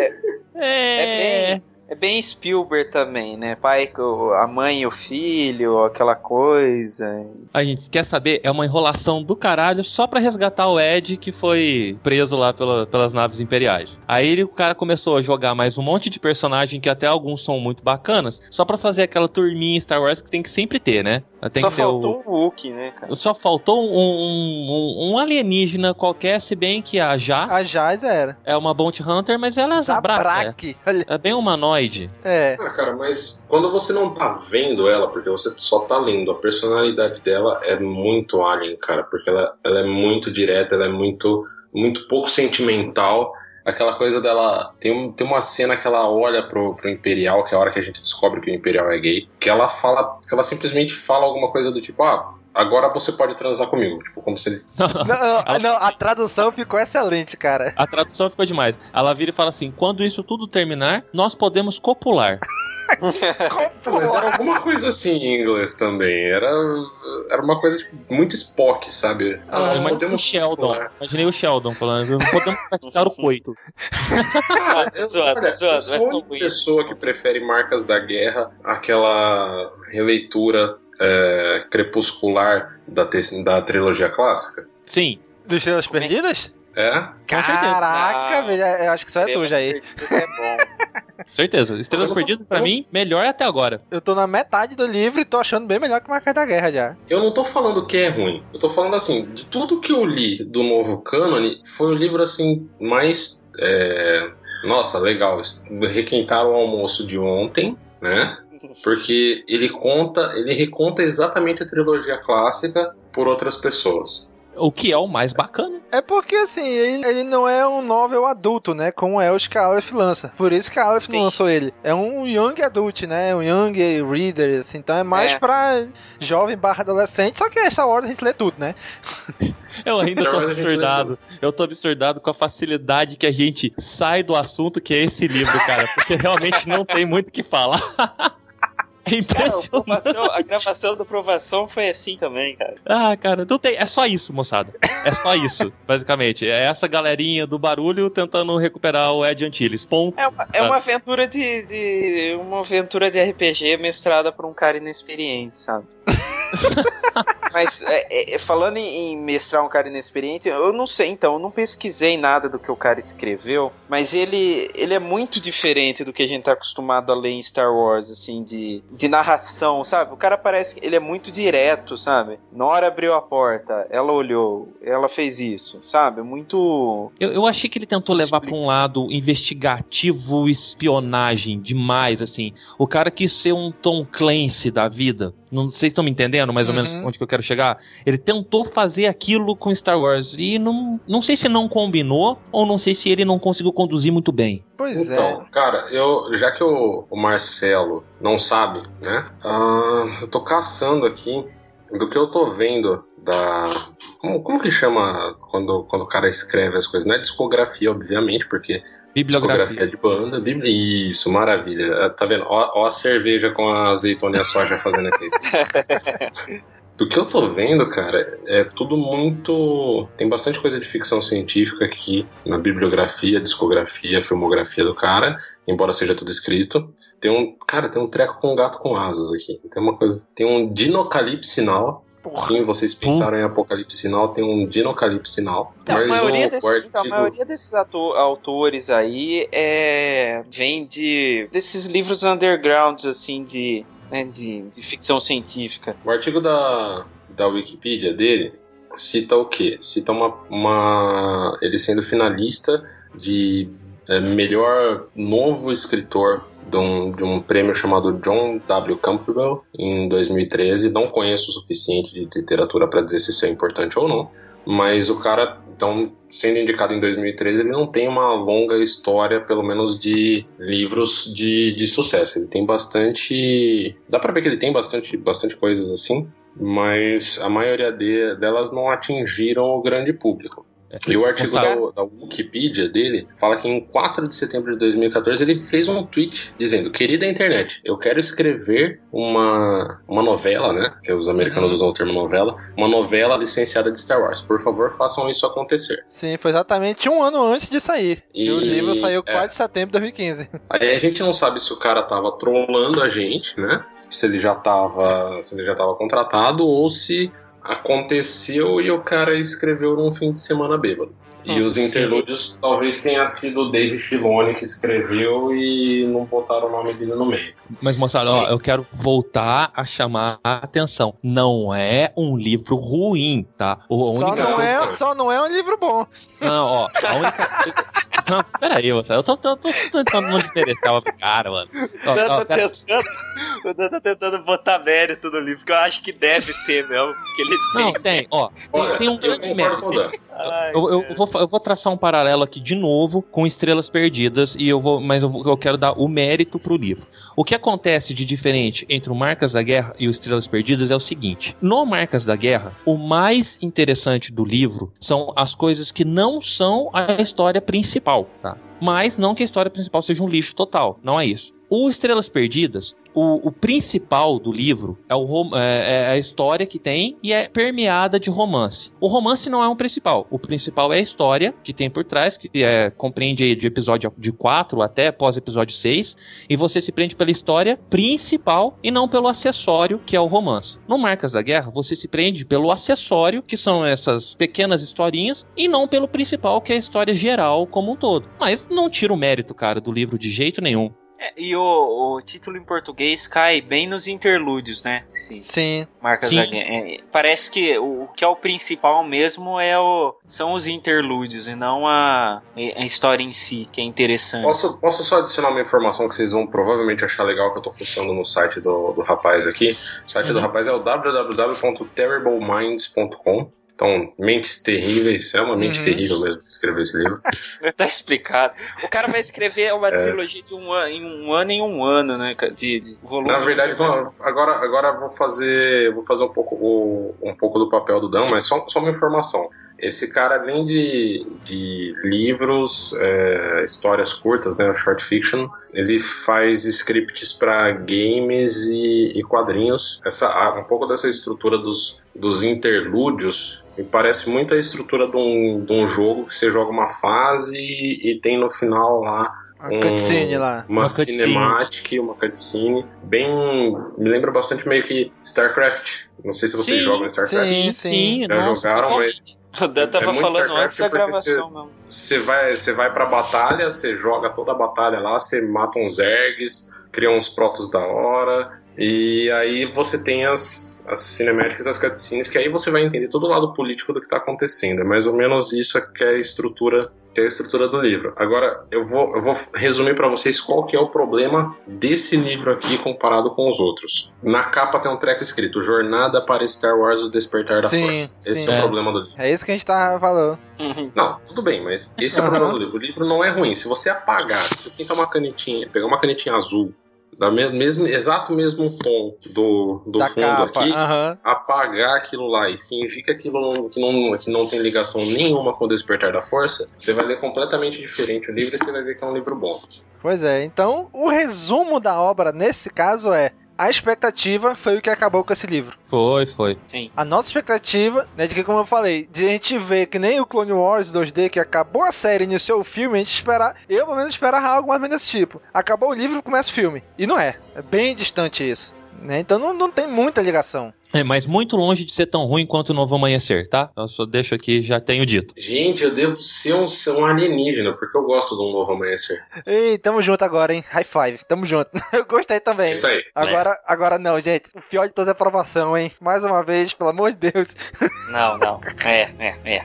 É bem Spielberg também, né? Pai, a mãe e o filho, aquela coisa. A gente quer saber, é uma enrolação do caralho só pra resgatar o Ed que foi preso lá pelas naves imperiais. Aí o cara começou a jogar mais um monte de personagem que até alguns são muito bacanas, só pra fazer aquela turminha Star Wars que tem que sempre ter, né? Só faltou um Wookiee, né, cara? Só faltou um alienígena qualquer, se bem que a Jaz... A Jaz era. É uma Bounty Hunter, mas ela é Zabrak. É bem humanoide. Cara, mas quando você não tá vendo ela, porque você só tá lendo, a personalidade dela é muito alien, cara, porque ela é muito direta, ela é muito pouco sentimental. Aquela coisa dela... Tem uma cena que ela olha pro Imperial, que é a hora que a gente descobre que o Imperial é gay, que ela simplesmente fala alguma coisa do tipo, agora você pode transar comigo. Tipo, como se ele... Não, a tradução ficou excelente, cara. A tradução ficou demais. Ela vira e fala assim, quando isso tudo terminar, nós podemos copular. Mas era alguma coisa assim em inglês também. Era uma coisa tipo, muito Spock, sabe? Nós podemos Sheldon. Imaginei o Sheldon falando, podemos praticar o coito. Eu sou a única pessoa que prefere Marcas da Guerra, aquela releitura crepuscular da trilogia clássica. Sim. Dos Estrelas Perdidas? É? Caraca, velho, eu acho que só é tu já aí. Isso é bom. Certeza. Estrelas Perdidas, pra mim, melhor até agora. Eu tô na metade do livro e tô achando bem melhor que Marcas da Guerra já. Eu não tô falando que é ruim. Eu tô falando assim, de tudo que eu li do novo cânone, foi o livro assim, mais... Nossa, legal. Requentaram o almoço de ontem, né? Porque ele reconta exatamente a trilogia clássica por outras pessoas. O que é o mais bacana. É porque, assim, ele não é um novel adulto, né? Como é os que a Aleph lança. Por isso que a Aleph não lançou ele. É um young adult, né? Um young reader, assim. Então é mais pra jovem / adolescente. Só que essa hora a gente lê tudo, né? Eu ainda tô absurdado. Eu tô absurdado com a facilidade que a gente sai do assunto que é esse livro, cara. Porque realmente não tem muito o que falar. Cara, a gravação da aprovação foi assim também, cara. Cara, não tem. É só isso, moçada. É só isso, basicamente. É essa galerinha do barulho tentando recuperar o Ed Antilles. Ponto. É uma aventura uma aventura de RPG mestrada por um cara inexperiente, sabe? Mas falando em mestrar um cara inexperiente, eu não sei, então, eu não pesquisei nada do que o cara escreveu, mas ele é muito diferente do que a gente tá acostumado a ler em Star Wars, assim, de narração, sabe? O cara parece que ele é muito direto, sabe? Nora abriu a porta, ela olhou, ela fez isso, sabe? Muito... Eu achei que ele tentou levar pra um lado investigativo, espionagem demais, assim. O cara quis ser um Tom Clancy da vida. Não, vocês estão me entendendo mais ou menos onde que eu quero chegar? Ele tentou fazer aquilo com Star Wars e não sei se não combinou ou não sei se ele não conseguiu conduzir muito bem. Pois então, cara, já que o Marcelo não sabe, né? Eu tô caçando aqui do que eu tô vendo da... Como que chama quando o cara escreve as coisas? Não é discografia, obviamente, porque... Discografia de banda. Isso, maravilha. Tá vendo? Ó a cerveja com a azeitona e a soja fazendo aqui. Do que eu tô vendo, cara, é tudo muito... Tem bastante coisa de ficção científica aqui na bibliografia, discografia, filmografia do cara, embora seja tudo escrito. Tem um treco com um gato com asas aqui. Tem um Dinocalipse Now. Sim, vocês pensaram em Apocalipse Sinal, tem um Dinocalipse Sinal. A maioria desses autores aí vem desses livros undergrounds, assim, de ficção científica. O artigo da Wikipedia dele cita o quê? Cita ele sendo finalista de melhor novo escritor de um prêmio chamado John W. Campbell em 2013. Não conheço o suficiente de literatura para dizer se isso é importante ou não, mas o cara, então, sendo indicado em 2013, ele não tem uma longa história, pelo menos de livros de sucesso. Ele tem bastante... Dá pra ver que ele tem bastante coisas assim, mas a maioria delas não atingiram o grande público. E o artigo da Wikipedia dele fala que em 4 de setembro de 2014 ele fez um tweet dizendo: querida internet, eu quero escrever uma novela, né? Que os americanos usam o termo novela. Uma novela licenciada de Star Wars. Por favor, façam isso acontecer. Sim, foi exatamente um ano antes de sair. E o livro saiu 4 de setembro de 2015. Aí a gente não sabe se o cara tava trollando a gente, né? Se ele já tava contratado ou se aconteceu e o cara escreveu num fim de semana bêbado. E os interlúdios talvez tenha sido o Dave Filoni que escreveu e não botaram o nome dele no meio. Mas, moçada, eu quero voltar a chamar a atenção. Não é um livro ruim, tá? Só não é um livro bom. Não, a única... Não, peraí, moçada. Eu tô tentando não desmerecer o cara, mano. O Dan tá tentando botar mérito no livro, que eu acho que deve ter mesmo. Que ele tem. Não, tem, tem um grande mérito. Eu vou traçar um paralelo aqui de novo com Estrelas Perdidas, mas eu quero dar o mérito pro livro. O que acontece de diferente entre o Marcas da Guerra e o Estrelas Perdidas é o seguinte: no Marcas da Guerra, o mais interessante do livro são as coisas que não são a história principal, tá? Mas não que a história principal seja um lixo total, não é isso. O Estrelas Perdidas, o principal do livro é a história que tem e é permeada de romance. O romance não é o principal é a história que tem por trás, que compreende aí de episódio de 4 até pós-episódio 6, e você se prende pela história principal e não pelo acessório, que é o romance. No Marcas da Guerra, você se prende pelo acessório, que são essas pequenas historinhas, e não pelo principal, que é a história geral como um todo. Mas não tira o mérito, cara, do livro de jeito nenhum. E o título em português cai bem nos interlúdios, né? Sim. Marcas da Guerra. Parece que o que é o principal mesmo são os interlúdios e não a história em si, que é interessante. Posso só adicionar uma informação que vocês vão provavelmente achar legal, que eu tô fuçando no site do rapaz aqui. O site do rapaz é o www.terribleminds.com. Então, Mentes Terríveis, é uma mente terrível mesmo escrever esse livro. Tá explicado. O cara vai escrever uma trilogia em um ano, né? De volume. Na verdade, agora vou fazer um pouco do papel do Dan, mas só uma informação. Esse cara, além de livros, histórias curtas, né, short fiction, ele faz scripts para games e quadrinhos. Um pouco dessa estrutura dos interlúdios me parece muito a estrutura de um jogo que você joga uma fase e tem no final lá uma cinemática, uma cutscene. Me lembra bastante meio que StarCraft. Não sei se vocês jogam StarCraft. Sim. Já jogaram, mas... O Dan tava falando antes da gravação mesmo. Você vai pra batalha, você joga toda a batalha lá, você mata uns Zergs, cria uns protos da hora, e aí você tem as cinemáticas, as cutscenes, que aí você vai entender todo o lado político do que tá acontecendo. É mais ou menos isso que é a estrutura do livro. Agora, eu vou resumir pra vocês qual que é o problema desse livro aqui comparado com os outros. Na capa tem um treco escrito: Jornada para Star Wars, o Despertar da Força. Esse é o problema do livro. É isso que a gente tá falando. Não, tudo bem, mas esse é o problema do livro. O livro não é ruim. Se você apagar, se você tentar pegar uma canetinha azul, exato mesmo tom do da fundo capa, aqui, apagar aquilo lá e fingir que aquilo que não tem ligação nenhuma com o Despertar da Força, você vai ler completamente diferente o livro e você vai ver que é um livro bom. Pois é, então o resumo da obra nesse caso é: a expectativa foi o que acabou com esse livro. Foi. Sim. A nossa expectativa, né, de que, como eu falei, de a gente ver que nem o Clone Wars 2D, que acabou a série, iniciou o filme, eu pelo menos esperava algo mais ou menos desse tipo. Acabou o livro, começa o filme. E não é. É bem distante isso. Né? Então não tem muita ligação. Mas muito longe de ser tão ruim quanto o Novo Amanhecer, tá? Eu só deixo aqui, já tenho dito. Gente, eu devo ser um alienígena, porque eu gosto do Novo Amanhecer. Ei, tamo junto agora, hein? High five, tamo junto. Eu gostei também. Isso aí. Agora não, gente. O pior de todas é a aprovação, hein? Mais uma vez, pelo amor de Deus. Não. É.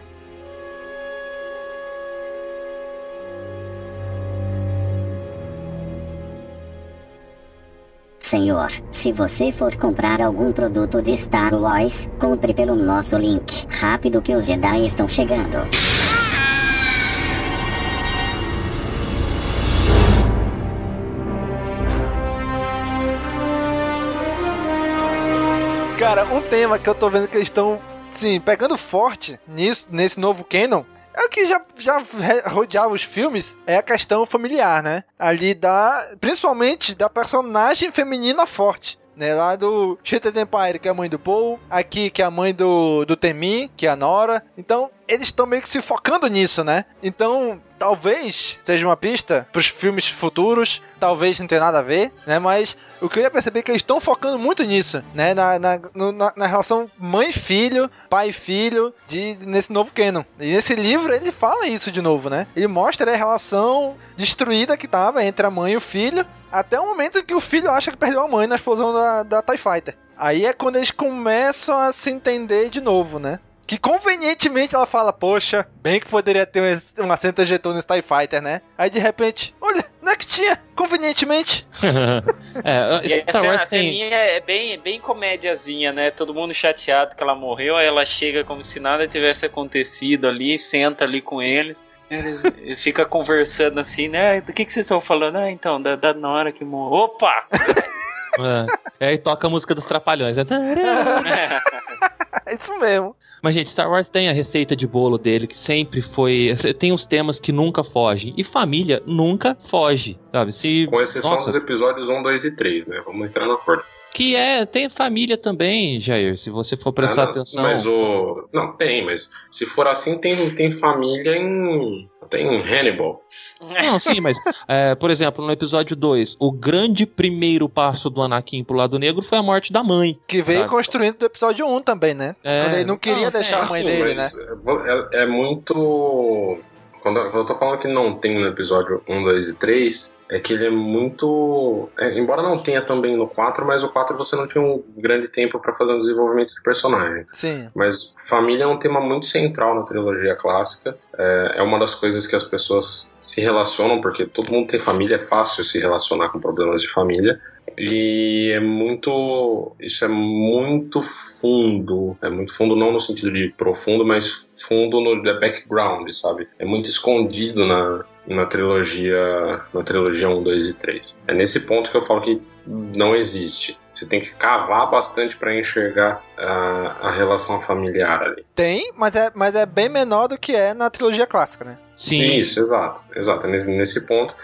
Senhor, se você for comprar algum produto de Star Wars, compre pelo nosso link. Rápido que os Jedi estão chegando. Cara, um tema que eu tô vendo que eles estão, sim, pegando forte nesse novo canon, é o que já rodeava os filmes, é a questão familiar, né? Ali principalmente da personagem feminina forte, né? Lá do Shattered Empire, que é a mãe do Poe, aqui que é a mãe do Temin, que é a Nora. Então, eles estão meio que se focando nisso, né? Então, talvez seja uma pista pros filmes futuros, talvez não tenha nada a ver, né? Mas o que eu ia perceber é que eles estão focando muito nisso, né? Na relação mãe-filho, pai-filho, nesse novo canon. E nesse livro ele fala isso de novo, né? Ele mostra a relação destruída que tava entre a mãe e o filho, até o momento em que o filho acha que perdeu a mãe na explosão da TIE Fighter. Aí é quando eles começam a se entender de novo, né? Que convenientemente ela fala: poxa, bem que poderia ter um assento ejetor nesse TIE Fighter, né? Aí de repente, olha, não é que tinha, convenientemente. E a ceninha é bem comédiazinha, né? Todo mundo chateado que ela morreu, aí ela chega como se nada tivesse acontecido ali, senta ali com eles. Fica conversando assim, né? Do que vocês estão falando? Então, da Nora que morreu. Opa! Aí toca a música dos Trapalhões, né? É isso mesmo. Mas, gente, Star Wars tem a receita de bolo dele, que sempre foi... Tem os temas que nunca fogem. E família nunca foge, sabe? Com exceção dos episódios 1, 2 e 3, né? Vamos entrar no acordo. Que tem família também, Jair, se você for prestar atenção. Mas Não, tem, mas se for assim, tem família tem Hannibal. Não, sim, mas, por exemplo, no episódio 2, o grande primeiro passo do Anakin pro lado negro foi a morte da mãe. Que veio construindo do episódio 1 também, né? Quando ele não queria deixar a mãe dele, né? É muito... Quando eu tô falando que não tem no episódio 1, 2 e 3... É que ele é muito... embora não tenha também no 4, mas o 4 você não tinha um grande tempo pra fazer um desenvolvimento de personagem. Sim. Mas família é um tema muito central na trilogia clássica. É uma das coisas que as pessoas se relacionam, porque todo mundo tem família, é fácil se relacionar com problemas de família. E isso é muito fundo. É muito fundo não no sentido de profundo, mas fundo no background, sabe? É muito escondido na trilogia 1, 2 e 3. É nesse ponto que eu falo que não existe. Você tem que cavar bastante para enxergar a relação familiar ali. Tem, mas é bem menor do que é na trilogia clássica, né? Sim. Isso, exato. Nesse ponto.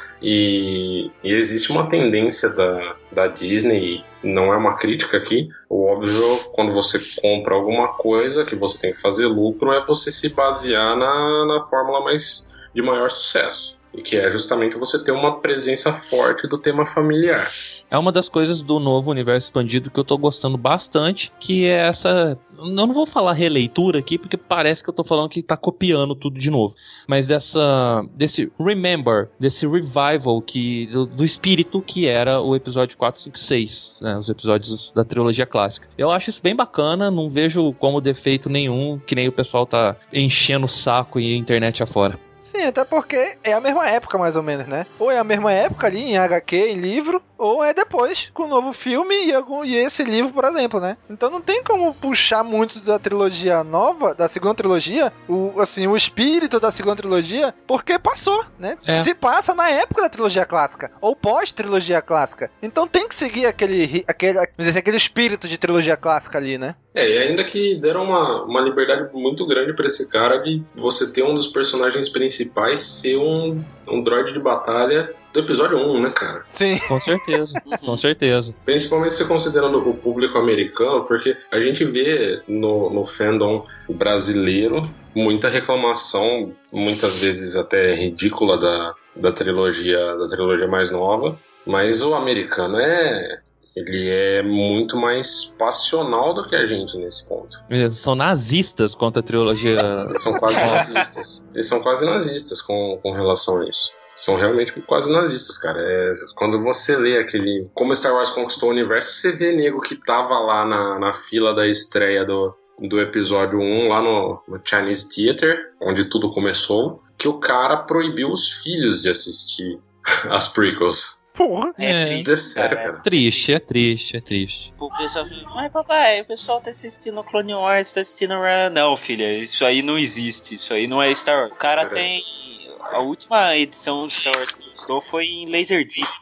E existe uma tendência da Disney, não é uma crítica aqui, o óbvio, quando você compra alguma coisa que você tem que fazer lucro, é você se basear na fórmula de maior sucesso. E que é justamente você ter uma presença forte do tema familiar. É uma das coisas do novo universo expandido que eu tô gostando bastante, que é essa... Eu não vou falar releitura aqui, porque parece que eu tô falando que tá copiando tudo de novo. Mas desse remember, desse revival do espírito que era o episódio 4, 5 e 6, né, os episódios da trilogia clássica. Eu acho isso bem bacana, não vejo como defeito nenhum, que nem o pessoal tá enchendo o saco e a internet afora. Sim, até porque é a mesma época, mais ou menos, né? Ou é a mesma época ali, em HQ, em livro, ou é depois, com o novo filme e esse livro, por exemplo, né? Então não tem como puxar muito da trilogia nova, da segunda trilogia, o espírito da segunda trilogia, porque passou, né? Se passa na época da trilogia clássica, ou pós-trilogia clássica. Então tem que seguir aquele espírito de trilogia clássica ali, né? E ainda que deram uma liberdade muito grande pra esse cara de você ter um dos personagens principais ser um droide de batalha do episódio 1, né, cara? Sim. Com certeza, com certeza. Principalmente se considerando o público americano, porque a gente vê no fandom brasileiro muita reclamação, muitas vezes até ridícula da trilogia mais nova, mas o americano ele é muito mais passional do que a gente nesse ponto. Eles são nazistas contra a trilogia. Eles são quase nazistas. Eles são quase nazistas com relação a isso. São realmente quase nazistas, cara. Quando você lê aquele... Como Star Wars conquistou o universo, você vê nego que tava lá na fila da estreia do episódio 1, lá no Chinese Theater, onde tudo começou, que o cara proibiu os filhos de assistir as prequels. Porra. É triste, sério, cara. É triste. O pessoal fica, mas papai, o pessoal tá assistindo Clone Wars, tá assistindo... Não, filha, isso aí não existe, isso aí não é Star Wars. O cara tem... A última edição de Star Wars que lançou foi em Laserdisc.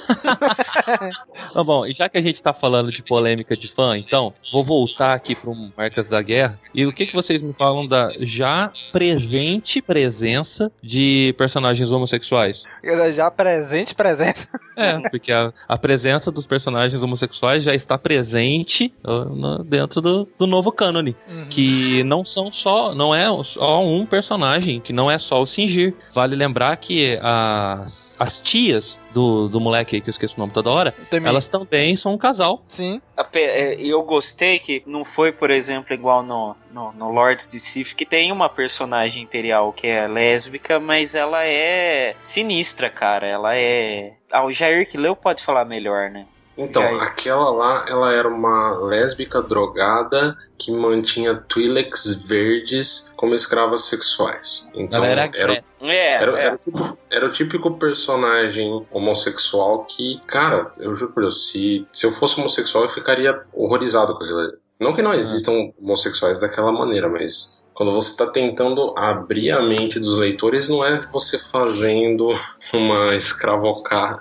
Bom, e já que a gente tá falando de polêmica de fã, então, vou voltar aqui pro Marcas da Guerra. E o que vocês me falam da já presente presença de personagens homossexuais? Já presente presença. Porque a presença dos personagens homossexuais já está presente dentro do novo cânone. Que não é só um personagem, que não é só o Singir. Vale lembrar que as tias do moleque aí, que eu esqueço o nome toda hora, elas também são um casal. Sim. Eu gostei que não foi, por exemplo, igual no Lords de Sith, que tem uma personagem imperial que é lésbica, mas ela é sinistra, cara. Ela é... o Jair que leu pode falar melhor, né? Então, aquela lá, ela era uma lésbica drogada que mantinha Twi'leks verdes como escravas sexuais. Então, ela era o típico personagem homossexual que, cara, eu juro por Deus, se eu fosse homossexual, eu ficaria horrorizado com aquilo. Não que não existam homossexuais daquela maneira, mas quando você está tentando abrir a mente dos leitores, não é você fazendo uma escravocrata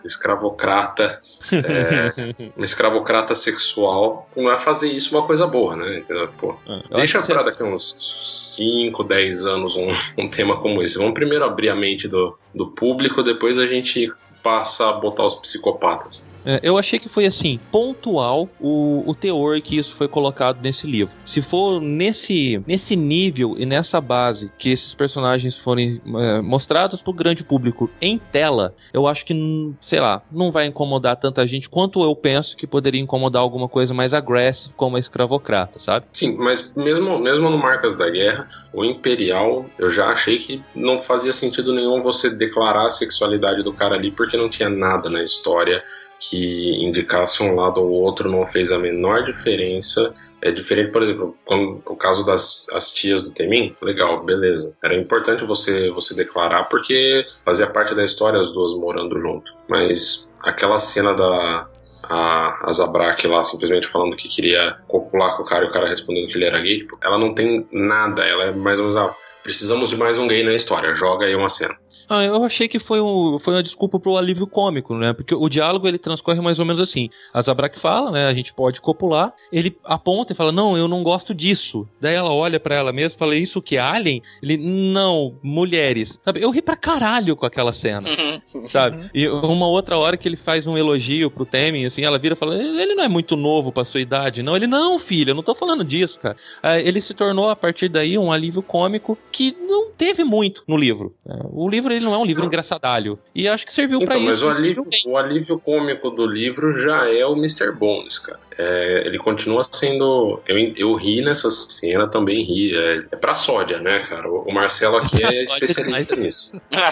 uma escravocrata sexual, não é fazer isso uma coisa boa, né? Pô, deixa pra daqui uns 5, 10 anos um tema como esse. Vamos primeiro abrir a mente do público, depois a gente passa a botar os psicopatas. Eu achei que foi assim, pontual o teor que isso foi colocado nesse livro. Se for nesse nível e nessa base que esses personagens forem mostrados pro grande público em tela, eu acho que, sei lá, não vai incomodar tanta gente quanto eu penso que poderia incomodar alguma coisa mais agressiva como a escravocrata, sabe? Sim, mas mesmo no Marcas da Guerra, o Imperial, eu já achei que não fazia sentido nenhum você declarar a sexualidade do cara ali, porque não tinha nada na história que indicasse um lado ou outro, não fez a menor diferença. É diferente, por exemplo, quando o caso das tias do Temin, legal, beleza. Era importante você declarar porque fazia parte da história as duas morando junto. Mas aquela cena a Zabrak lá simplesmente falando que queria copular com o cara e o cara respondendo que ele era gay, tipo, ela não tem nada, ela é mais ou menos, precisamos de mais um gay na história, joga aí uma cena. Eu achei que foi uma desculpa pro alívio cômico, né? Porque o diálogo, ele transcorre mais ou menos assim. A Zabrak fala, né? A gente pode copular. Ele aponta e fala, não, eu não gosto disso. Daí ela olha pra ela mesma e fala, isso que é alien? Ele, não, mulheres. Sabe? Eu ri pra caralho com aquela cena. Sabe? E uma outra hora que ele faz um elogio pro Temin, assim, ela vira e fala, ele não é muito novo pra sua idade, não. Ele, não, filha, eu não tô falando disso, cara. Ele se tornou, a partir daí, um alívio cômico que não teve muito no livro. O livro, ele não é um livro engraçadalho. E acho que serviu pra isso. Mas o alívio cômico do livro já é o Mr. Bones, cara. Ele continua sendo... Eu ri nessa cena, também ri. É pra sódia, né, cara? O Marcelo aqui é especialista nisso.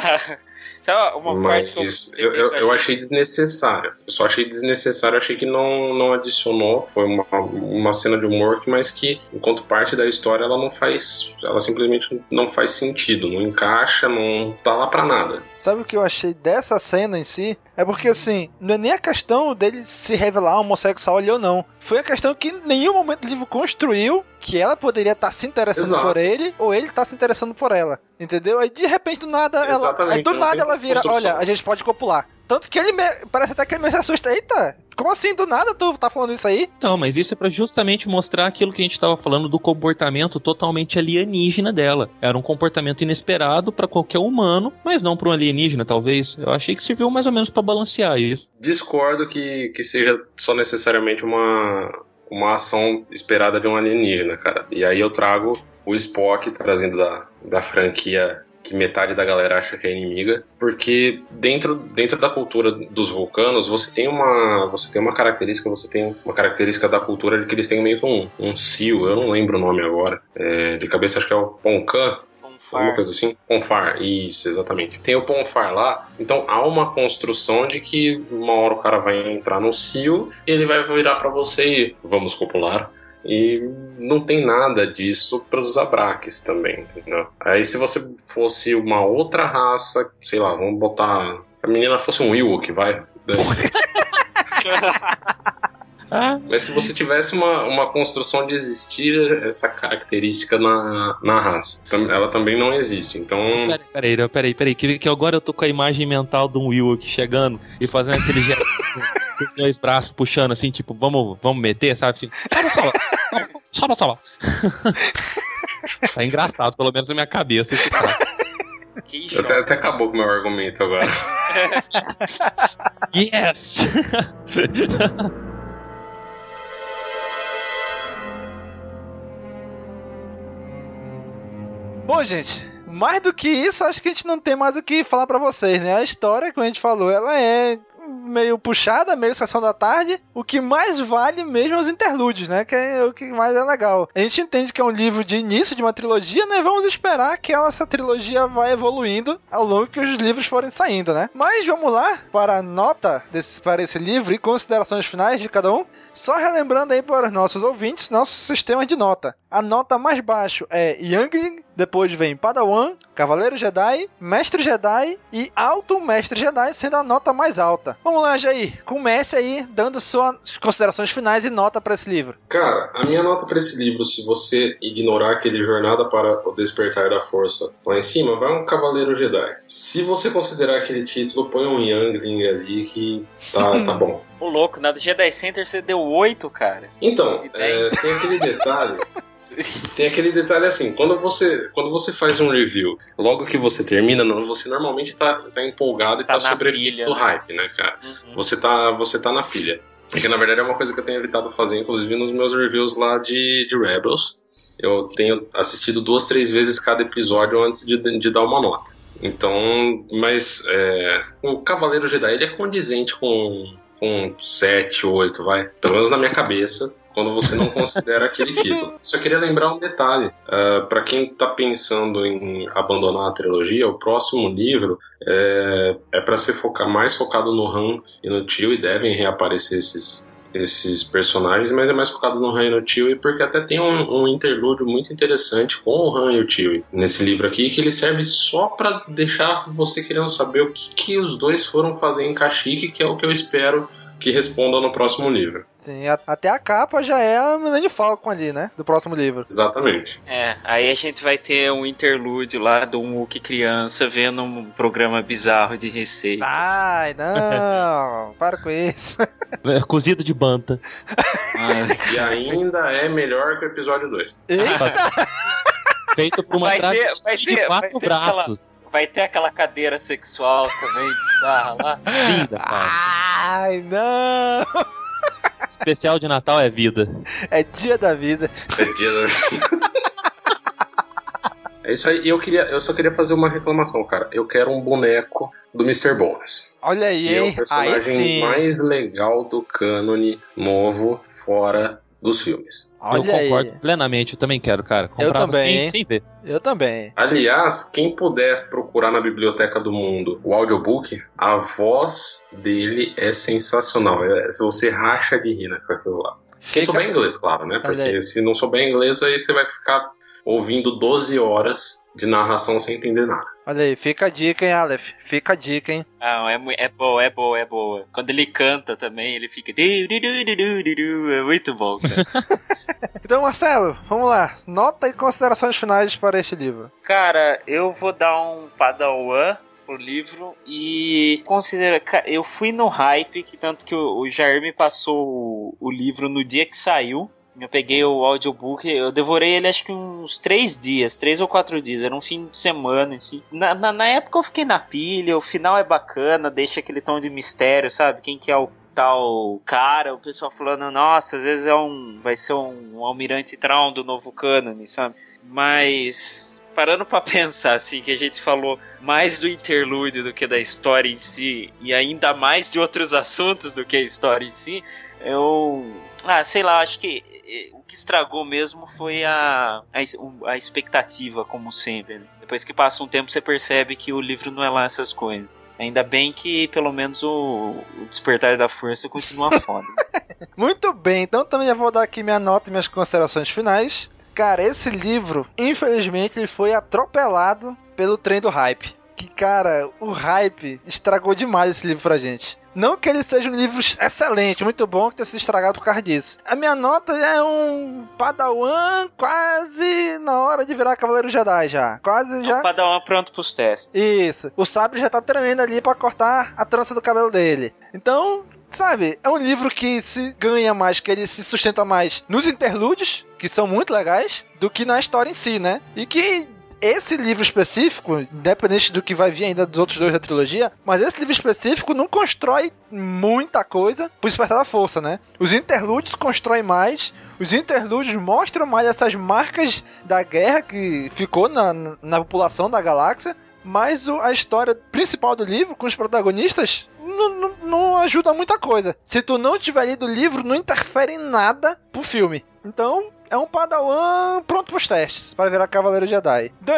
Mas eu achei desnecessário. Eu só achei desnecessário, achei que não adicionou. Foi uma cena de humor, mas que, enquanto parte da história, ela simplesmente não faz sentido, não encaixa, não tá lá pra nada. Sabe o que eu achei dessa cena em si? É porque, assim, não é nem a questão dele se revelar homossexual ali ou não. Foi a questão que em nenhum momento do livro construiu que ela poderia estar se interessando por ele, ou ele tá se interessando por ela. Entendeu? Aí, de repente, do nada, ela vira, olha, a gente pode copular. Tanto que ele parece até que ele se assusta. Eita, como assim, do nada tu tá falando isso aí? Não, mas isso é pra justamente mostrar aquilo que a gente tava falando do comportamento totalmente alienígena dela. Era um comportamento inesperado pra qualquer humano, mas não pra um alienígena, talvez. Eu achei que serviu mais ou menos pra balancear isso. Discordo que seja só necessariamente uma ação esperada de um alienígena, cara. E aí eu trago o Spock, trazendo da franquia que metade da galera acha que é inimiga, porque dentro da cultura dos vulcanos você tem uma característica da cultura de que eles têm meio que um seal, eu não lembro o nome agora, de cabeça acho que é o Poncan, alguma coisa assim, Ponfar, isso, exatamente. Tem o Ponfar lá, então há uma construção de que uma hora o cara vai entrar no seal e ele vai virar pra você e vamos copular. E não tem nada disso para os Zabraks também, entendeu? Aí se você fosse uma outra raça, sei lá, vamos botar... A menina fosse um Ewok, vai. Mas se você tivesse uma construção de existir essa característica na raça, ela também não existe, então... Peraí, que agora eu tô com a imagem mental de um Ewok chegando e fazendo aquele gesto com os dois braços puxando assim, tipo, vamos meter, sabe? Assim, sobe. Tá engraçado, pelo menos na minha cabeça esse cara. Até acabou com o meu argumento agora. Yes! Bom, gente, mais do que isso, acho que a gente não tem mais o que falar pra vocês, né? A história, como a gente falou, ela é meio puxada, meio sessão da tarde. O que mais vale mesmo é os interlúdios, né? Que é o que mais é legal. A gente entende que é um livro de início de uma trilogia, né? Vamos esperar que essa trilogia vai evoluindo ao longo que os livros forem saindo, né? Mas vamos lá para a nota para esse livro e considerações finais de cada um. Só relembrando aí para os nossos ouvintes, nosso sistema de nota. A nota mais baixa é Youngling, Depois vem Padawan, Cavaleiro Jedi, Mestre Jedi e Alto Mestre Jedi, sendo a nota mais alta. Vamos lá, Jair. Comece aí dando suas considerações finais e nota pra esse livro. Cara, a minha nota pra esse livro, se você ignorar aquele Jornada para o Despertar da Força lá em cima, vai um Cavaleiro Jedi. Se você considerar aquele título, põe um Youngling ali que tá bom. Ô louco, na do Jedi Center você deu 8, cara. Então, tem aquele detalhe... Tem aquele detalhe assim, quando você faz um review, logo que você termina, você normalmente tá empolgado e tá sobrefeito do hype, né, cara? Uhum. Você tá na pilha. Porque na verdade é uma coisa que eu tenho evitado fazer, inclusive nos meus reviews lá de Rebels. Eu tenho assistido 2-3 vezes cada episódio antes de dar uma nota. Então, mas o Cavaleiro Jedi ele é condizente com 7, 8, vai. Pelo menos na minha cabeça. Quando você não considera aquele título. Só queria lembrar um detalhe. Para quem tá pensando em abandonar a trilogia, o próximo livro é para ser mais focado no Han e no Chewie, e devem reaparecer esses personagens, mas é mais focado no Han e no Chewie, porque até tem um interlúdio muito interessante com o Han e o Chewie nesse livro aqui, que ele serve só para deixar você querendo saber o que os dois foram fazer em Kashyyyk, que é o que eu espero que respondam no próximo livro. Sim, até a capa já é a Millennium Falcon ali, né? Do próximo livro. Exatamente. Aí a gente vai ter um interlúdio lá do Wookiee criança vendo um programa bizarro de receita. Ai, não! Para com isso. Cozido de banta. E ainda é melhor que o episódio 2. Eita! Feito por uma travesti de 4 braços. Vai ter aquela cadeira sexual também, bizarra lá. Linda, cara. Ai, não! Especial de Natal é vida. É dia da vida. É dia da vida. É isso aí. Eu só queria fazer uma reclamação, cara. Eu quero um boneco do Mr. Bonus. Olha aí, que é o personagem mais legal do cânone novo, fora dos filmes. Olha, eu concordo plenamente, eu também quero, cara. Eu também. Sem ver. Eu também. Aliás, quem puder procurar na Biblioteca do Mundo o audiobook, a voz dele é sensacional. Você racha de rir com aquilo lá. Quem souber inglês, claro, né? Porque se não souber inglês, aí você vai ficar ouvindo 12 horas de narração sem entender nada. Olha aí, fica a dica, hein, Aleph? Fica a dica, hein? Não, é boa. Quando ele canta também, ele fica... É muito bom, cara. Então, Marcelo, vamos lá. Nota e considerações finais para este livro. Cara, eu vou dar um Padawan pro livro e eu fui no hype, que tanto que o Jair me passou o livro no dia que saiu. Eu peguei o audiobook, eu devorei ele acho que uns 3 ou 4 dias, era um fim de semana, assim. Na época eu fiquei na pilha, o final é bacana, deixa aquele tom de mistério, sabe? Quem que é o tal cara, o pessoal falando, nossa, às vezes vai ser um almirante Traum do novo cânone, sabe? Mas parando pra pensar, assim, que a gente falou mais do interlúdio do que da história em si, e ainda mais de outros assuntos do que a história em si, sei lá, acho que o que estragou mesmo foi a expectativa, como sempre, né? Depois que passa um tempo você percebe que o livro não é lá essas coisas. Ainda bem que pelo menos o Despertar da Força continua foda. Muito bem, então também já vou dar aqui minha nota e minhas considerações finais. Cara, esse livro, infelizmente, ele foi atropelado pelo trem do hype. Que, cara, o hype estragou demais esse livro pra gente. Não que ele seja um livro excelente, muito bom, que tenha sido estragado por causa disso. A minha nota é um Padawan quase na hora de virar Cavaleiro Jedi já. Quase já. Um Padawan pronto pros testes. Isso. O sabre já tá tremendo ali pra cortar a trança do cabelo dele. Então, sabe, é um livro que se ganha mais, que ele se sustenta mais nos interlúdios, que são muito legais, do que na história em si, né? E que esse livro específico, independente do que vai vir ainda dos outros 2 da trilogia, mas esse livro específico não constrói muita coisa pro Despertar da Força, né? Os interlúdios constroem mais, os interlúdios mostram mais essas marcas da guerra que ficou na população da galáxia, mas a história principal do livro, com os protagonistas, não ajuda muita coisa. Se tu não tiver lido o livro, não interfere em nada pro filme. Então, é um Padawan pronto pros testes, para virar Cavaleiro Jedi. Dan,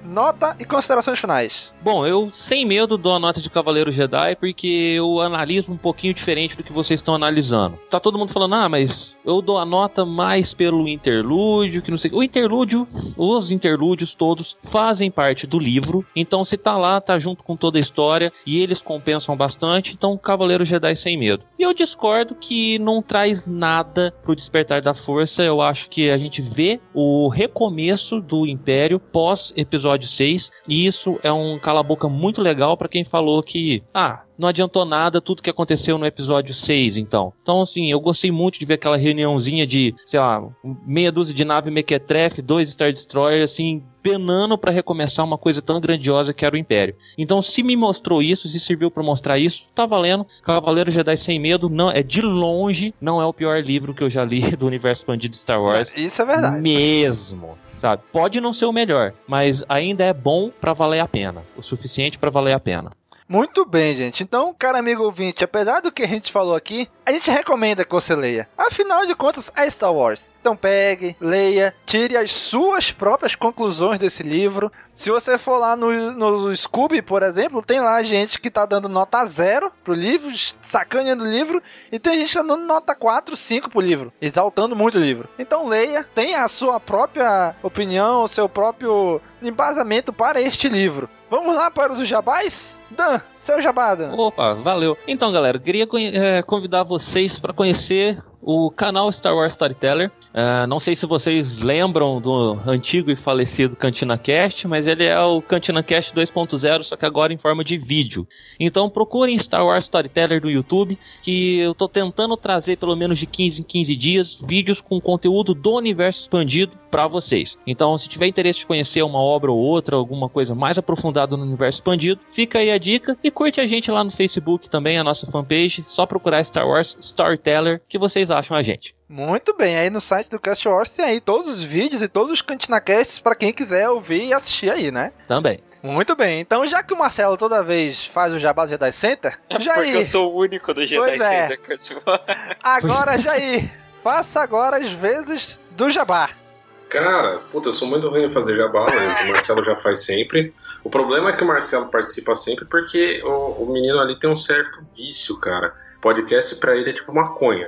nota e considerações finais. Bom, eu sem medo dou a nota de Cavaleiro Jedi, porque eu analiso um pouquinho diferente do que vocês estão analisando. Tá todo mundo falando, mas eu dou a nota mais pelo interlúdio, que não sei. O interlúdio, os interlúdios todos fazem parte do livro, então se tá lá, tá junto com toda a história, e eles compensam bastante, então Cavaleiro Jedi sem medo. E eu discordo que não traz nada pro Despertar da Força. Eu acho que a gente vê o recomeço do Império pós episódio 6, e isso é um cala-boca muito legal pra quem falou que não adiantou nada tudo que aconteceu no episódio 6, então. Então, assim, eu gostei muito de ver aquela reuniãozinha de, sei lá, meia dúzia de nave mequetrefe, 2 Star Destroyer, assim, penando pra recomeçar uma coisa tão grandiosa que era o Império. Então, se me mostrou isso, se serviu pra mostrar isso, tá valendo. Cavaleiro Jedi Sem Medo não é, de longe, não é o pior livro que eu já li do universo expandido de Star Wars. Isso é verdade. Mesmo. Sabe? Pode não ser o melhor, mas ainda é bom pra valer a pena. O suficiente pra valer a pena. Muito bem, gente. Então, cara amigo ouvinte, apesar do que a gente falou aqui, a gente recomenda que você leia. Afinal de contas, é Star Wars. Então pegue, leia, tire as suas próprias conclusões desse livro. Se você for lá no Scooby, por exemplo, tem lá gente que tá dando nota 0 pro livro, sacaneando o livro, e tem gente que tá dando nota 4, 5 pro livro, exaltando muito o livro. Então leia, tenha a sua própria opinião, o seu próprio embasamento para este livro. Vamos lá para os jabás? Dan, seu jabá, Dan. Opa, valeu. Então, galera, queria convidar vocês para conhecer o canal Star Wars Storyteller. Não sei se vocês lembram do antigo e falecido Cantina Cast, mas ele é o Cantina Cast 2.0, só que agora em forma de vídeo. Então procurem Star Wars Storyteller no YouTube, que eu tô tentando trazer pelo menos de 15 em 15 dias vídeos com conteúdo do universo expandido para vocês. Então, se tiver interesse de conhecer uma obra ou outra, alguma coisa mais aprofundada no universo expandido, fica aí a dica, e curte a gente lá no Facebook também, a nossa fanpage, só procurar Star Wars Storyteller, que vocês acham a gente. Muito bem, aí no site do Cast Wars tem aí todos os vídeos e todos os CantinaCasts para quem quiser ouvir e assistir aí, né? Também. Muito bem, então já que o Marcelo toda vez faz o jabá do Jedi Center, Jair... Porque eu sou o único do Jedi Center que participou. Agora, Jair, faça agora as vezes do jabá. Cara, puta, eu sou muito ruim em fazer jabá, mas o Marcelo já faz sempre. O problema é que o Marcelo participa sempre porque o menino ali tem um certo vício, cara. Podcast pra ele é tipo maconha.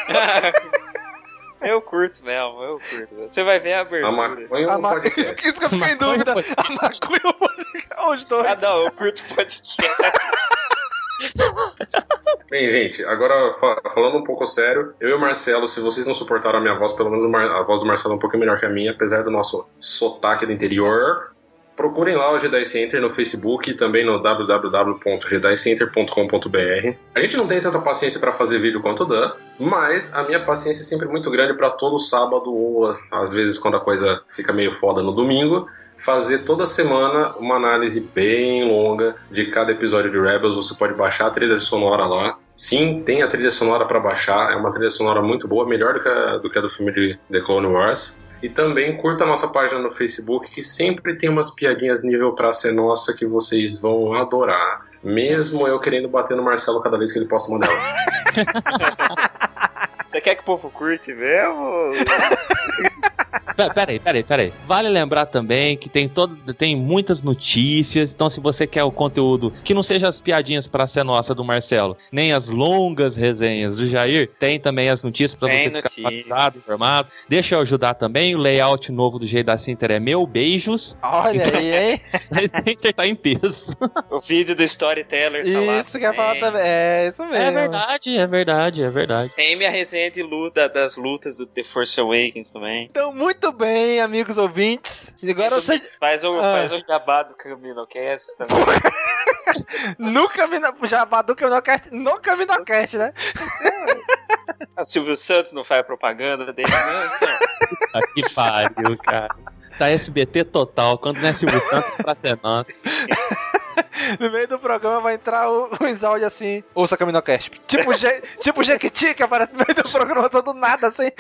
Eu curto mesmo, eu curto. Você vai ver a abertura. A maconha ou o podcast? Isso que eu fiquei em dúvida. A maconha ou o podcast? Os dois. Não, eu curto podcast. Bem, gente, agora falando um pouco sério, eu e o Marcelo, se vocês não suportaram a minha voz, pelo menos a voz do Marcelo é um pouquinho melhor que a minha, apesar do nosso sotaque do interior. Procurem lá o Jedi Center no Facebook e também no www.jedicenter.com.br. A gente não tem tanta paciência para fazer vídeo quanto o Dan, mas a minha paciência é sempre muito grande para todo sábado ou às vezes quando a coisa fica meio foda no domingo, fazer toda semana uma análise bem longa de cada episódio de Rebels. Você pode baixar a trilha sonora lá. Sim, tem a trilha sonora para baixar, é uma trilha sonora muito boa, melhor do que a do filme de The Clone Wars. E também curta a nossa página no Facebook, que sempre tem umas piadinhas nível Praça é Nossa que vocês vão adorar. Mesmo eu querendo bater no Marcelo cada vez que ele posta uma delas. Você quer que o povo curte mesmo? Peraí. Vale lembrar também que tem muitas notícias, então se você quer o conteúdo que não seja as piadinhas pra ser nossa do Marcelo, nem as longas resenhas do Jair, tem também as notícias pra você ficar atualizado, informado. Deixa eu ajudar também, o layout novo do Jedi Center é meu, beijos. Olha então, aí, hein? O Jedi Center tá em peso. O vídeo do Storyteller tá lá. Isso que eu ia falar também, é isso mesmo. É verdade. Tem minha resenha de das lutas do The Force Awakens também. Então, muito bem, amigos ouvintes. E agora você... Faz o jabá do CaminoCast também. No jabá do CaminoCast, no CaminoCast, né? O Silvio Santos não faz propaganda dele, não? Que pariu, cara. Tá SBT total, quando não é Silvio Santos, pra ser nosso. No meio do programa vai entrar uns áudios assim, ouça CaminoCast. Tipo Jequiti, que aparece no meio do programa todo nada assim.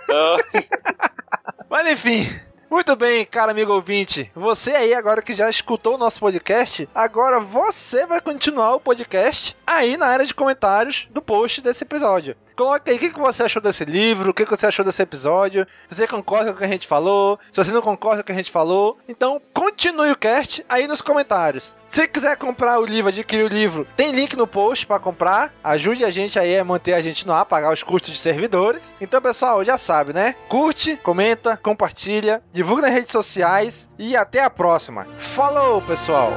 Mas enfim, muito bem, cara amigo ouvinte. Você aí agora que já escutou o nosso podcast, agora você vai continuar o podcast aí na área de comentários do post desse episódio. Coloca aí o que você achou desse livro, o que você achou desse episódio, se você concorda com o que a gente falou, se você não concorda com o que a gente falou. Então, continue o cast aí nos comentários. Se quiser comprar o livro, adquirir o livro, tem link no post pra comprar. Ajude a gente aí a manter a gente no ar, pagar os custos de servidores. Então, pessoal, já sabe, né? Curte, comenta, compartilha, divulga nas redes sociais e até a próxima. Falou, pessoal!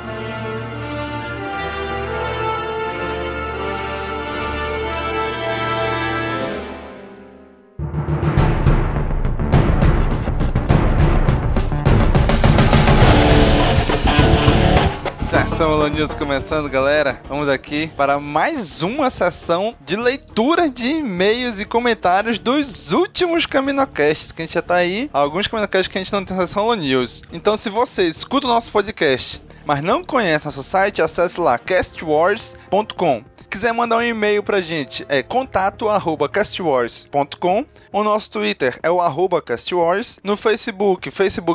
Sessão Alô News começando, galera. Vamos aqui para mais uma sessão de leitura de e-mails e comentários dos últimos Caminocasts, que a gente já tá aí. Alguns Caminocasts que a gente não tem sessão Alô News. Então, se você escuta o nosso podcast, mas não conhece nosso site, acesse lá castwars.com. Quiser mandar um e-mail pra gente, é contato@castwars.com. O nosso Twitter é o @castwars. No Facebook,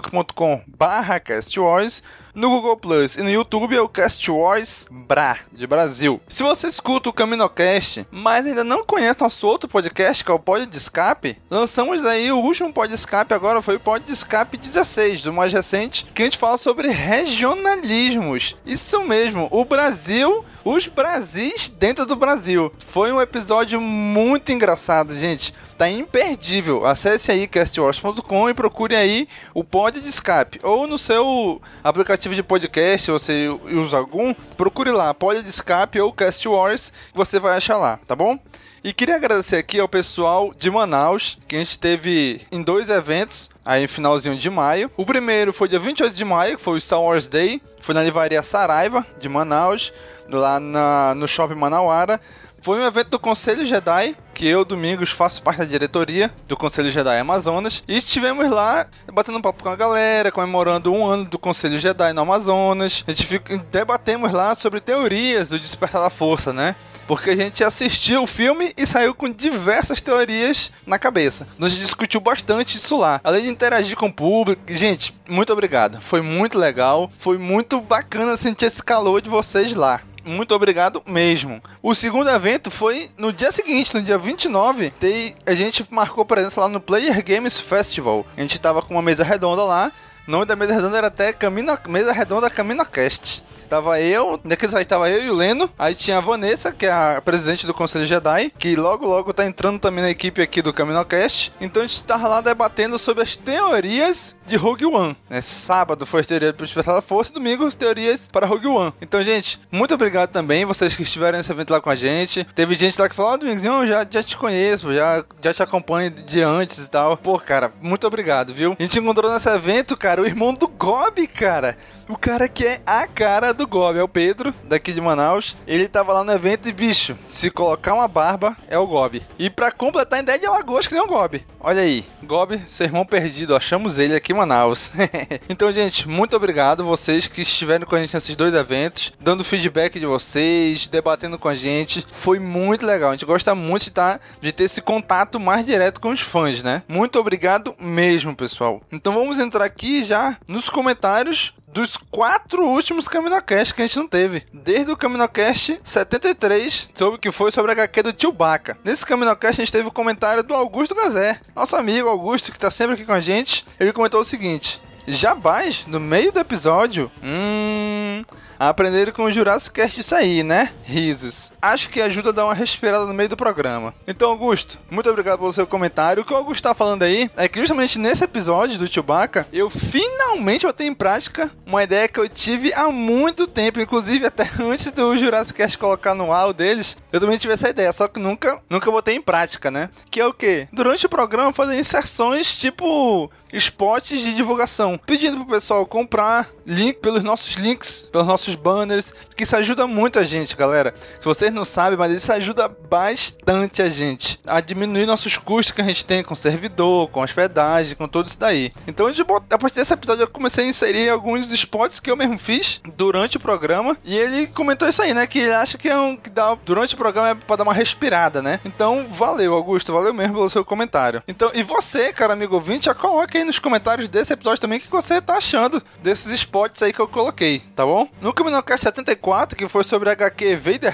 facebook.com/castwars. No Google Plus e no YouTube é o Cast Wars Bra, de Brasil. Se você escuta o Caminocast, mas ainda não conhece nosso outro podcast, que é o Pod de Escape, lançamos aí o último Pod de Escape, agora foi o Pod de Escape 16, do mais recente, que a gente fala sobre regionalismos. Isso mesmo, o Brasil, os Brasis dentro do Brasil. Foi um episódio muito engraçado, gente. Tá imperdível. Acesse aí castwars.com e procure aí o Pod de Escape. Ou no seu aplicativo de podcast, você usa algum, procure lá, Pod de Escape ou Cast Wars, que você vai achar lá, tá bom? E queria agradecer aqui ao pessoal de Manaus, que a gente teve em 2 eventos, aí no finalzinho de maio. O primeiro foi dia 28 de maio, que foi o Star Wars Day, foi na livraria Saraiva, de Manaus, lá no Shopping Manauara. Foi um evento do Conselho Jedi, que eu, Domingos, faço parte da diretoria do Conselho Jedi Amazonas. E estivemos lá batendo um papo com a galera, comemorando 1 ano do Conselho Jedi no Amazonas. A gente debatemos lá sobre teorias do Despertar da Força, né? Porque a gente assistiu o filme e saiu com diversas teorias na cabeça. A gente discutiu bastante isso lá. Além de interagir com o público. Gente, muito obrigado. Foi muito legal. Foi muito bacana sentir esse calor de vocês lá. Muito obrigado mesmo. O segundo evento foi no dia seguinte, no dia 29, a gente marcou presença lá no Player Games Festival. A gente tava com uma mesa redonda lá. O nome da mesa redonda era até Mesa Redonda Caminocast. Tava eu, naquele site tava eu e o Leno. Aí tinha a Vanessa, que é a presidente do Conselho Jedi, que logo tá entrando também na equipe aqui do Caminocast. Então a gente tava lá debatendo sobre as teorias de Rogue One, né? Sábado foi a teoria para o Despertar da Força, domingo as teorias para Rogue One. Então, gente, muito obrigado também, vocês que estiveram nesse evento lá com a gente. Teve gente lá que falou, Domingos, já te conheço, já te acompanho de antes e tal. Pô, cara, muito obrigado, viu? A gente encontrou nesse evento, cara, o irmão do Gob, cara. O cara que é a cara do Gob, é o Pedro, daqui de Manaus. Ele tava lá no evento e, bicho, se colocar uma barba, é o Gob. E pra completar a ideia de Alagoas, que nem o Gob. Olha aí, Gob, seu irmão perdido, achamos ele aqui em Manaus. Então, gente, muito obrigado vocês que estiveram com a gente nesses 2 eventos, dando feedback de vocês, debatendo com a gente. Foi muito legal, a gente gosta muito de ter esse contato mais direto com os fãs, né? Muito obrigado mesmo, pessoal. Então vamos entrar aqui já nos comentários dos 4 últimos Caminocast que a gente não teve. Desde o Caminocast 73, sobre o que foi sobre a HQ do Chewbacca. Nesse Caminocast a gente teve o comentário do Augusto Gazé, nosso amigo Augusto, que tá sempre aqui com a gente. Ele comentou o seguinte: Jabás, no meio do episódio, aprenderam com o Jurassic Cast isso aí, né? Risos. Acho que ajuda a dar uma respirada no meio do programa. Então, Augusto, muito obrigado pelo seu comentário. O que o Augusto tá falando aí é que justamente nesse episódio do Chewbacca, eu finalmente botei em prática uma ideia que eu tive há muito tempo, inclusive até antes do Jurassic Cast colocar no ar o deles, eu também tive essa ideia, só que nunca botei em prática, né? Que é o quê? Durante o programa fazer inserções tipo spots de divulgação, pedindo pro pessoal comprar link pelos nossos links, pelos nossos banners, que isso ajuda muito a gente, galera. Se vocês não sabem, mas isso ajuda bastante a gente a diminuir nossos custos que a gente tem com servidor, com hospedagem, com tudo isso daí. Então, a partir desse episódio eu comecei a inserir alguns spots que eu mesmo fiz durante o programa, e ele comentou isso aí, né, que ele acha que durante o programa é pra dar uma respirada, né? Então, valeu, Augusto, valeu mesmo pelo seu comentário. Então, e você, cara amigo ouvinte, já coloca aí nos comentários desse episódio também o que você tá achando desses spots aí que eu coloquei, tá bom? No Caminocast 74, que foi sobre HQ Vader Down,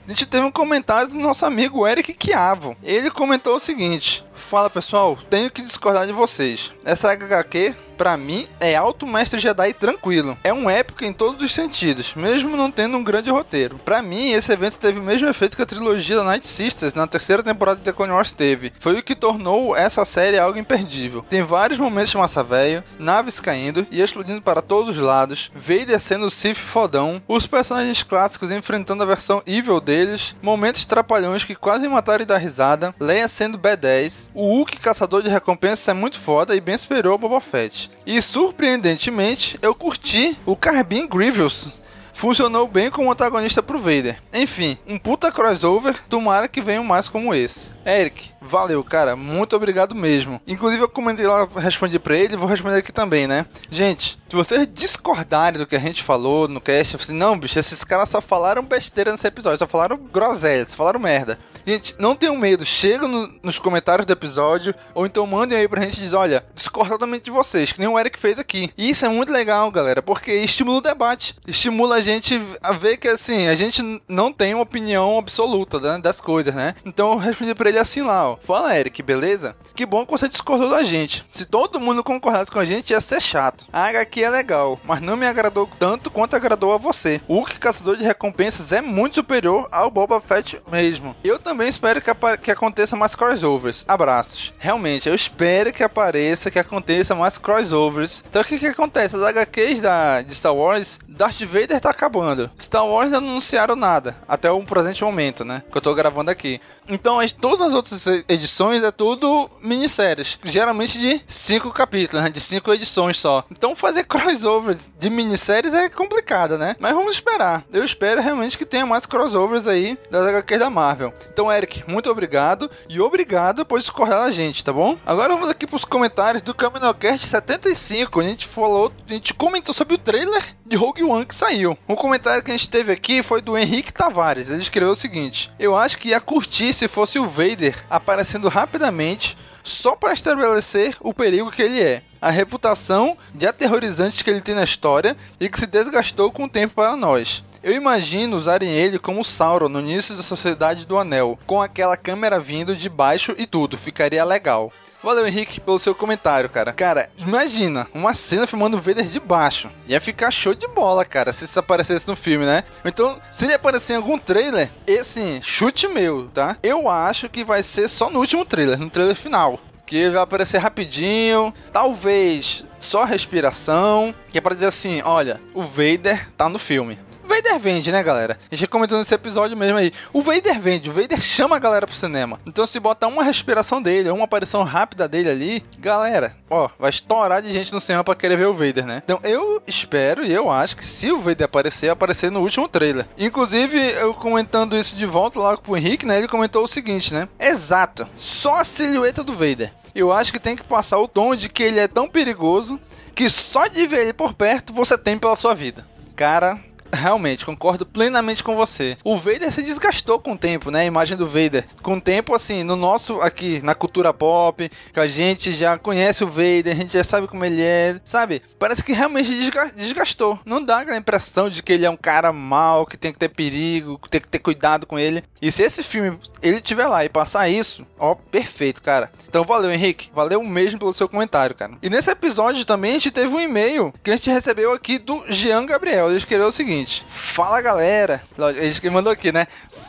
a gente teve um comentário do nosso amigo Eric Chiavo. Ele comentou o seguinte: fala pessoal, tenho que discordar de vocês. Essa HQ, pra mim, é alto mestre Jedi tranquilo. É um épico em todos os sentidos, mesmo não tendo um grande roteiro. Pra mim, esse evento teve o mesmo efeito que a trilogia da Night Sisters na terceira temporada de The Clone Wars teve. Foi o que tornou essa série algo imperdível. Tem vários momentos de massa velho, naves caindo e explodindo para todos os lados, Vader sendo o Sith fodão, os personagens clássicos enfrentando a versão evil deles, momentos trapalhões que quase mataram e dar risada, Leia sendo B10, o Wookiee caçador de recompensas é muito foda e bem superior ao Boba Fett. E surpreendentemente, eu curti o Carbine Grievous. Funcionou bem como antagonista pro Vader. Enfim, um puta crossover, tomara que venham mais como esse. Eric, valeu, cara, muito obrigado mesmo. Inclusive eu comentei lá, respondi pra ele, vou responder aqui também, né? Gente, se vocês discordarem do que a gente falou no cast, eu falei assim, não, bicho, esses caras só falaram besteira nesse episódio, só falaram groselha, só falaram merda. Gente, não tenham medo, chega nos comentários do episódio, ou então mandem aí pra gente dizer, olha, discordo totalmente de vocês, que nem o Eric fez aqui. E isso é muito legal, galera, porque estimula o debate, estimula a gente a ver que, assim, a gente não tem uma opinião absoluta, né, das coisas, né? Então eu respondi pra ele assim lá, ó, fala Eric, beleza? Que bom que você discordou da gente. Se todo mundo concordasse com a gente, ia ser chato. A HQ é legal, mas não me agradou tanto quanto agradou a você. O Wookiee caçador de recompensas é muito superior ao Boba Fett mesmo. Eu também espero que aconteça mais crossovers. Abraços. Realmente, eu espero que aconteça mais crossovers. Então o que acontece? As HQs de Star Wars, Darth Vader tá acabando. Star Wars não anunciaram nada, até o presente momento, né? Que eu tô gravando aqui. Então, todas as outras edições é tudo minisséries. Geralmente de 5 capítulos, né? De 5 edições só. Então, fazer crossovers de minisséries é complicado, né? Mas vamos esperar. Eu espero realmente que tenha mais crossovers aí das HQs da Marvel. Então, Eric, muito obrigado. E obrigado por discordar da gente, tá bom? Agora vamos aqui pros comentários do CaminoCast 75. A gente comentou sobre o trailer de Rogue One que saiu. O comentário que a gente teve aqui foi do Henrique Tavares. Ele escreveu o seguinte: eu acho que ia curtir se fosse o Vader aparecendo rapidamente só para estabelecer o perigo que ele é, a reputação de aterrorizante que ele tem na história e que se desgastou com o tempo para nós. Eu imagino usarem ele como Sauron no início da Sociedade do Anel, com aquela câmera vindo de baixo e tudo, ficaria legal. Valeu, Henrique, pelo seu comentário, cara. Cara, imagina uma cena filmando o Vader de baixo. Ia ficar show de bola, cara, se isso aparecesse no filme, né? Então, se ele aparecer em algum trailer, esse chute meu, tá? Eu acho que vai ser só no último trailer, no trailer final. Que ele vai aparecer rapidinho, talvez só respiração, que é pra dizer assim, olha, o Vader tá no filme. O Vader vende, né, galera? A gente comentou nesse episódio mesmo aí. O Vader vende, o Vader chama a galera pro cinema. Então se botar uma respiração dele, uma aparição rápida dele ali, galera, ó, vai estourar de gente no cinema pra querer ver o Vader, né? Então eu espero e eu acho que se o Vader aparecer no último trailer. Inclusive, eu comentando isso de volta lá pro Henrique, né, ele comentou o seguinte, né? Exato, só a silhueta do Vader. Eu acho que tem que passar o tom de que ele é tão perigoso que só de ver ele por perto você teme pela sua vida. Cara, realmente, concordo plenamente com você. O Vader se desgastou com o tempo, né? A imagem do Vader. Com o tempo, assim, no nosso, aqui, na cultura pop, que a gente já conhece o Vader, a gente já sabe como ele é, sabe? Parece que realmente desgastou. Não dá aquela impressão de que ele é um cara mau, que tem que ter perigo, que tem que ter cuidado com ele. E se esse filme, ele tiver lá e passar isso, ó, perfeito, cara. Então valeu, Henrique. Valeu mesmo pelo seu comentário, cara. E nesse episódio também a gente teve um e-mail que a gente recebeu aqui do Jean Gabriel. Ele escreveu o seguinte: fala, galera. Ele mandou aqui, né?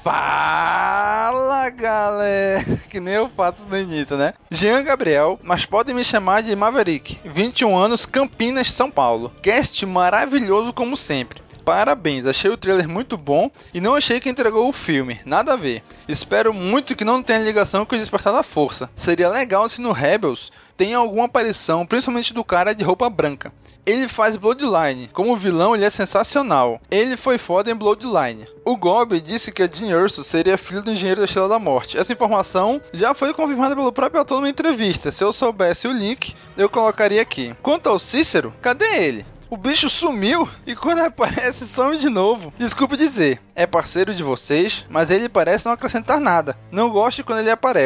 Fala, galera. Que nem eu faço no início, né? Jean Gabriel, mas podem me chamar de Maverick. 21 anos, Campinas, São Paulo. Cast maravilhoso como sempre. Parabéns, achei o trailer muito bom e não achei que entregou o filme, nada a ver. Espero muito que não tenha ligação com o Despertar da Força. Seria legal se no Rebels tem alguma aparição, principalmente do cara de roupa branca. Ele faz Bloodline, como vilão ele é sensacional. Ele foi foda em Bloodline. O Gob disse que a Jyn Erso seria filho do Engenheiro da Estrela da Morte. Essa informação já foi confirmada pelo próprio autor numa entrevista. Se eu soubesse o link, eu colocaria aqui. Quanto ao Cícero, cadê ele? O bicho sumiu e quando aparece some de novo. Desculpe dizer, é parceiro de vocês, mas ele parece não acrescentar nada. Não gosto quando ele aparece.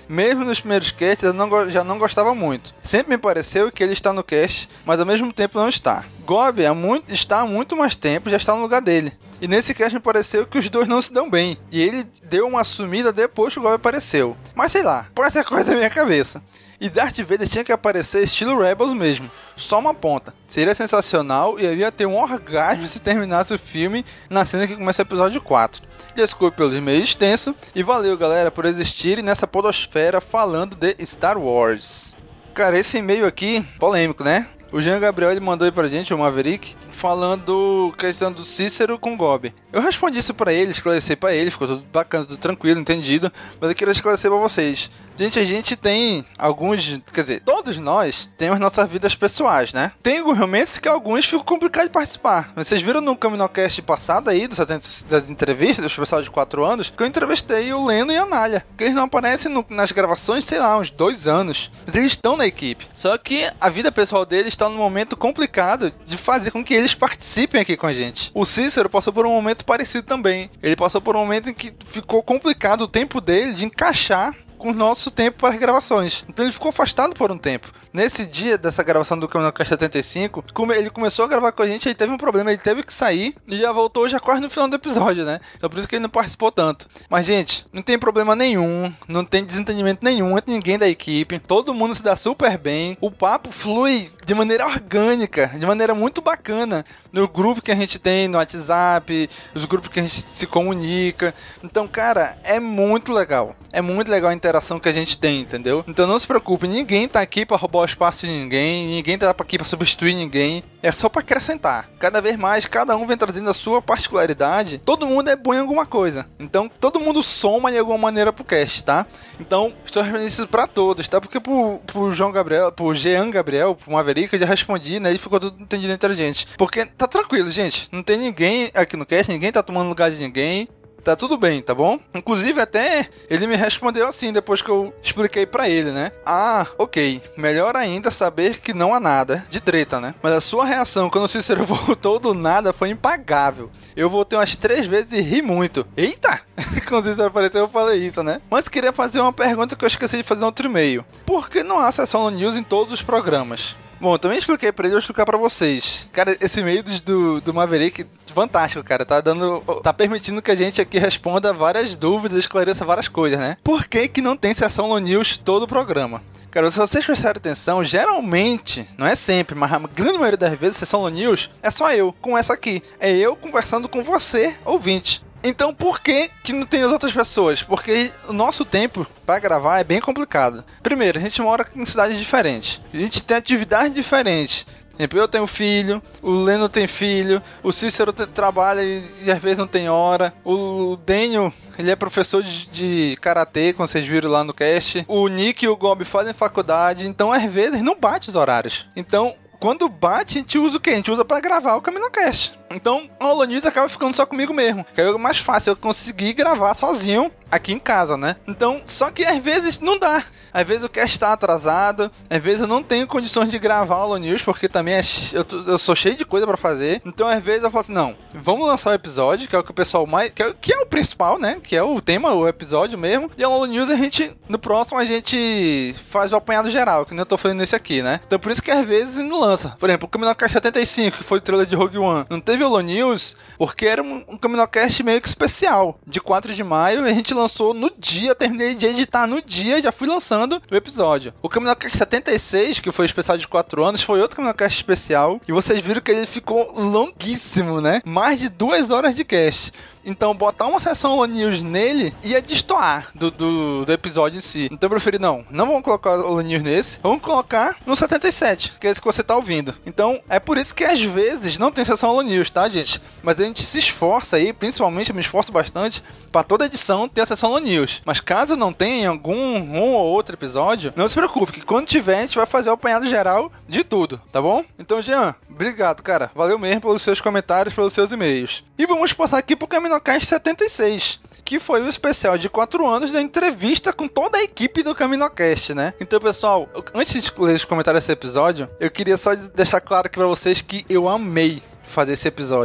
Mesmo nos primeiros casts, eu já não gostava muito. Sempre me pareceu que ele está no cast, mas ao mesmo tempo não está. Gob está há muito mais tempo, já está no lugar dele. E nesse cast me pareceu que os dois não se dão bem. E ele deu uma sumida depois que o Gob apareceu. Mas sei lá, pode ser coisa da minha cabeça. E Darth Vader tinha que aparecer estilo Rebels mesmo, só uma ponta. Seria sensacional e eu ia ter um orgasmo se terminasse o filme na cena que começa o episódio 4. Desculpe pelo e-mail extenso e valeu galera por existirem nessa podosfera falando de Star Wars. Cara, esse e-mail aqui, polêmico, né? O Jean Gabriel ele mandou aí pra gente, o Maverick, falando questão do Cícero com Gob. Eu respondi isso pra ele, esclareci pra ele, ficou tudo bacana, tudo tranquilo, entendido, mas eu queria esclarecer pra vocês. Gente, a gente tem alguns, quer dizer, todos nós temos nossas vidas pessoais, né? Tem alguns momentos que alguns ficam complicados de participar. Vocês viram no Caminocast passado aí, das entrevistas dos pessoal de 4 anos, que eu entrevistei o Leno e a Nália, que eles não aparecem nas gravações, sei lá, uns 2 anos. Mas eles estão na equipe. Só que a vida pessoal deles está num momento complicado de fazer com que eles participem aqui com a gente. O Cícero passou por um momento parecido também. Ele passou por um momento em que ficou complicado o tempo dele de encaixar com o nosso tempo para as gravações. Então ele ficou afastado por um tempo. Nesse dia dessa gravação do Caminocast 75, ele começou a gravar com a gente, aí teve um problema, ele teve que sair e já voltou já quase no final do episódio, né? Então por isso que ele não participou tanto. Mas gente, não tem problema nenhum, não tem desentendimento nenhum entre ninguém da equipe, todo mundo se dá super bem, o papo flui de maneira orgânica, de maneira muito bacana, no grupo que a gente tem no WhatsApp, os grupos que a gente se comunica. Então, cara, é muito legal a interação que a gente tem, entendeu? Então não se preocupe, ninguém tá aqui pra roubar o espaço de ninguém tá aqui pra substituir ninguém, é só pra acrescentar. Cada vez mais, cada um vem trazendo a sua particularidade, todo mundo é bom em alguma coisa, então todo mundo soma de alguma maneira pro cast, tá? Então, estou respondendo isso pra todos, tá? Porque pro João Gabriel, pro Jean Gabriel, pro Maverick, eu já respondi, né? Ele ficou tudo entendido entre a gente. Porque tá tranquilo, gente, não tem ninguém aqui no cast, ninguém tá tomando lugar de ninguém. Tá tudo bem, tá bom? Inclusive, até ele me respondeu assim, depois que eu expliquei pra ele, né? Ah, ok. Melhor ainda saber que não há nada de treta, né? Mas a sua reação quando o Cícero voltou do nada foi impagável. Eu voltei umas 3 vezes e ri muito. Eita! Quando o Cícero apareceu, eu falei isso, né? Mas queria fazer uma pergunta que eu esqueci de fazer no outro e-mail. Por que não há sessão no News em todos os programas? Bom, eu também expliquei pra ele, eu vou explicar pra vocês. Cara, esse e-mail do Maverick, fantástico, cara. Tá permitindo que a gente aqui responda várias dúvidas, esclareça várias coisas, né? Por que não tem sessão no News todo o programa? Cara, se vocês prestarem atenção, geralmente, não é sempre, mas a grande maioria das vezes, a sessão no News é só eu, com essa aqui. É eu conversando com você, ouvinte. Então por que não tem as outras pessoas? Porque o nosso tempo para gravar é bem complicado. Primeiro, a gente mora em cidades diferentes. A gente tem atividades diferentes. Por exemplo, eu tenho filho, o Leno tem filho, o Cícero trabalha e às vezes não tem hora. O Daniel, ele é professor de karatê, como vocês viram lá no cast. O Nick e o Gob fazem faculdade, então às vezes não bate os horários. Então, quando bate, a gente usa o quê? A gente usa pra gravar o Caminocast. Então, o Holo News acaba ficando só comigo mesmo. Que aí é mais fácil eu conseguir gravar sozinho aqui em casa, né? Então, só que às vezes não dá. Às vezes o cast tá atrasado. Às vezes eu não tenho condições de gravar o Holo News, porque também eu sou cheio de coisa pra fazer. Então, às vezes eu falo assim, não, vamos lançar o episódio, que é o que o pessoal mais... Que é o principal, né? Que é o tema, o episódio mesmo. E o Holo News no próximo a gente faz o apanhado geral, que nem eu tô fazendo nesse aqui, né? Então, por isso que às vezes não lança. Por exemplo, o Caminocast 75, que foi o trailer de Rogue One, não teve Holo News, porque era um Caminocast meio que especial, de 4 de maio, e a gente lançou no dia, terminei de editar no dia, já fui lançando o episódio. O Caminocast 76, que foi o especial de 4 anos, foi outro Caminocast especial, e vocês viram que ele ficou longuíssimo, né? Mais de 2 horas de cast. Então, botar uma sessão Holo News nele ia destoar do episódio em si. Então, eu preferi, não vamos colocar Holo News nesse, vamos colocar no 77, que é esse que você tá ouvindo. Então, é por isso que às vezes não tem sessão Holo News, tá, gente? Mas a gente se esforça aí, principalmente eu me esforço bastante, pra toda edição ter a sessão Holo News. Mas caso não tenha um ou outro episódio, não se preocupe, que quando tiver, a gente vai fazer o apanhado geral de tudo, tá bom? Então, Jean, obrigado, cara. Valeu mesmo pelos seus comentários, pelos seus e-mails. E vamos passar aqui pro Caminocast 76, que foi o especial de 4 anos da entrevista com toda a equipe do Caminocast, né? Então, pessoal, antes de ler os comentários desse episódio, eu queria só deixar claro aqui pra vocês que eu amei fazer esse episódio.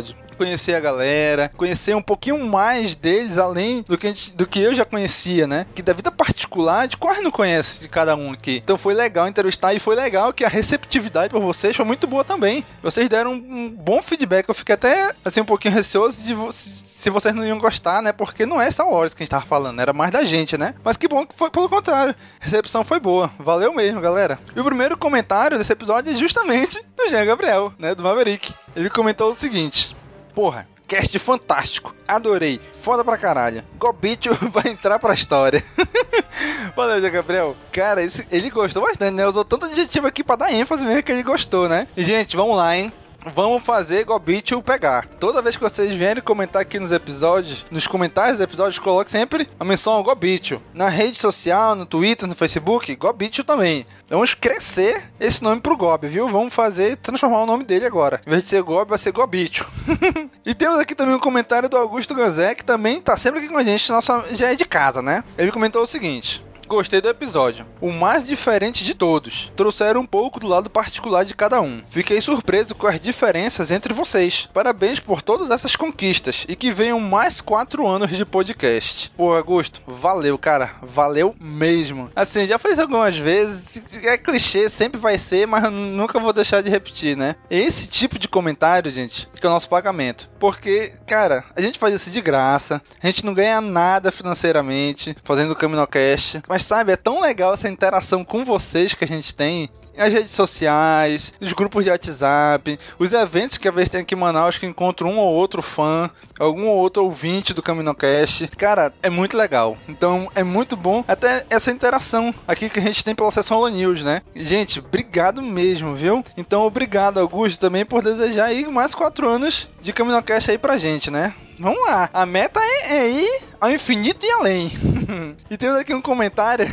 conhecer a galera, conhecer um pouquinho mais deles, além do que eu já conhecia, né? Que da vida particular, de quase não conhece de cada um aqui. Então foi legal entrevistar e foi legal que a receptividade por vocês foi muito boa também. Vocês deram um bom feedback. Eu fiquei até, assim, um pouquinho receoso se vocês não iam gostar, né? Porque não é Star Wars que a gente tava falando, era mais da gente, né? Mas que bom que foi pelo contrário. A recepção foi boa. Valeu mesmo, galera. E o primeiro comentário desse episódio é justamente do Jean Gabriel, né? Do Maverick. Ele comentou o seguinte: porra, cast fantástico. Adorei. Foda pra caralho. Gobicho vai entrar pra história. Valeu, Jean Gabriel. Cara, ele gostou bastante, né? Usou tanto adjetivo aqui pra dar ênfase mesmo que ele gostou, né? E, gente, vamos lá, hein? Vamos fazer Gobicho pegar. Toda vez que vocês vierem comentar aqui nos episódios, nos comentários dos episódios, coloque sempre a menção ao Gobicho. Na rede social, no Twitter, no Facebook, Gobicho também. Vamos crescer esse nome pro Gob, viu? Vamos transformar o nome dele agora. Em vez de ser Gob, vai ser Gobicho. E temos aqui também um comentário do Augusto Ganzé, que também tá sempre aqui com a gente, já é de casa, né? Ele comentou o seguinte: gostei do episódio, o mais diferente de todos. Trouxeram um pouco do lado particular de cada um. Fiquei surpreso com as diferenças entre vocês. Parabéns por todas essas conquistas e que venham mais 4 anos de podcast. Pô, Augusto, valeu, cara. Valeu mesmo. Assim, já fiz algumas vezes, é clichê, sempre vai ser, mas nunca vou deixar de repetir, né? Esse tipo de comentário, gente, que é o nosso pagamento. Porque, cara, a gente faz isso de graça, a gente não ganha nada financeiramente fazendo o CaminoCast, mas sabe, é tão legal essa interação com vocês que a gente tem. As redes sociais, os grupos de WhatsApp, os eventos que a vez tem aqui em Manaus que encontro um ou outro fã, algum ou outro ouvinte do CaminoCast. Cara, é muito legal. Então é muito bom até essa interação aqui que a gente tem pela sessão Holo News, né? Gente, obrigado mesmo, viu? Então obrigado, Augusto, também por desejar aí mais 4 anos de CaminoCast aí pra gente, né? Vamos lá, a meta é ir ao infinito e além. E temos aqui um comentário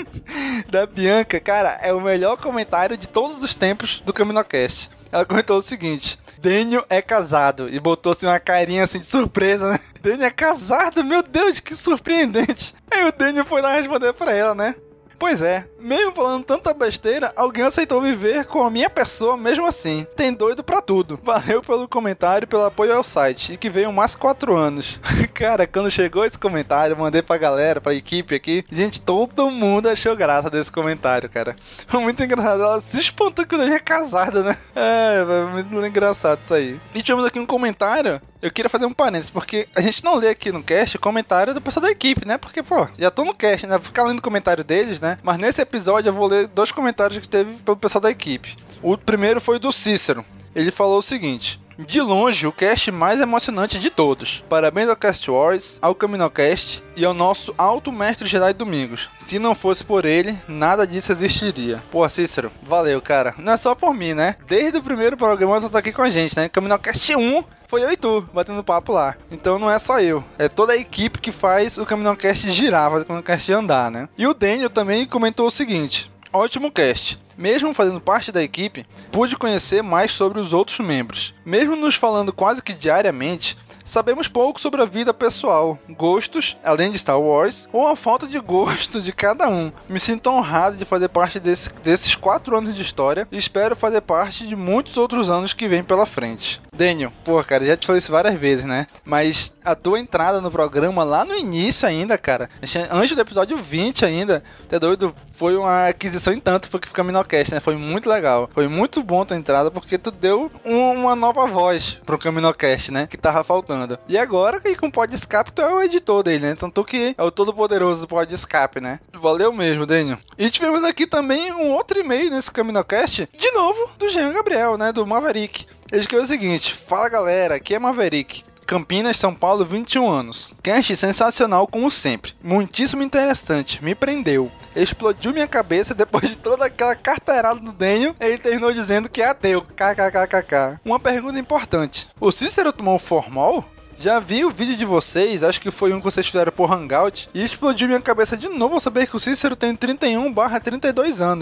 da Bianca. Cara, é o melhor comentário de todos os tempos do CaminoCast. Ela comentou o seguinte: Daniel é casado. E botou assim uma carinha assim de surpresa, né? Daniel é casado? Meu Deus, que surpreendente. Aí o Daniel foi lá responder pra ela, né? Pois é, mesmo falando tanta besteira, alguém aceitou viver com a minha pessoa mesmo assim. Tem doido pra tudo. Valeu pelo comentário e pelo apoio ao site. E que venham mais 4 anos. Cara, quando chegou esse comentário, eu mandei pra galera, pra equipe aqui. Gente, todo mundo achou graça desse comentário, cara. Foi muito engraçado. Ela se espantou que eu é casada, né? Foi muito engraçado isso aí. E tivemos aqui um comentário. Eu queria fazer um parênteses, porque a gente não lê aqui no cast o comentário do pessoal da equipe, né? Porque, pô, já tô no cast, né? Vou ficar lendo o comentário deles, né? Mas nesse episódio eu vou ler 2 comentários que teve pelo pessoal da equipe. O primeiro foi do Cícero. Ele falou o seguinte: de longe, o cast mais emocionante de todos. Parabéns ao Cast Wars, ao CaminoCast e ao nosso Alto Mestre Jedi Domingos. Se não fosse por ele, nada disso existiria. Pô, Cícero, valeu, cara. Não é só por mim, né? Desde o primeiro programa você tá aqui com a gente, né? CaminoCast 1 foi eu e tu, batendo papo lá. Então não é só eu, é toda a equipe que faz o CaminoCast girar, faz o CaminoCast andar, né? E o Daniel também comentou o seguinte: ótimo cast. Mesmo fazendo parte da equipe, pude conhecer mais sobre os outros membros. Mesmo nos falando quase que diariamente, sabemos pouco sobre a vida pessoal, gostos, além de Star Wars, ou a falta de gosto de cada um. Me sinto honrado de fazer parte desses 4 anos de história e espero fazer parte de muitos outros anos que vêm pela frente. Daniel, pô, cara, já te falei isso várias vezes, né? Mas a tua entrada no programa lá no início ainda, cara, antes do episódio 20 ainda, até doido, foi uma aquisição em tanto porque o CaminoCast, né? Foi muito legal. Foi muito bom a tua entrada porque tu deu uma nova voz pro CaminoCast, né? Que tava faltando. E agora, com o Pod Escape, tu é o editor dele, né? Então tu que é o todo poderoso do Pod Escape, né? Valeu mesmo, Daniel. E tivemos aqui também um outro e-mail nesse CaminoCast, de novo, do Jean Gabriel, né? Do Maverick. Ele escreveu o seguinte: fala galera, aqui é Maverick. Campinas, São Paulo, 21 anos. Cast sensacional como sempre. Muitíssimo interessante. Me prendeu. Explodiu minha cabeça depois de toda aquela carteirada do Daniel. Ele terminou dizendo que é ateu. KKKKK. Uma pergunta importante. O Cícero tomou formal? Já vi o vídeo de vocês, acho que foi um que vocês fizeram por Hangout, e explodiu minha cabeça de novo ao saber que o Cícero tem 31/32 anos.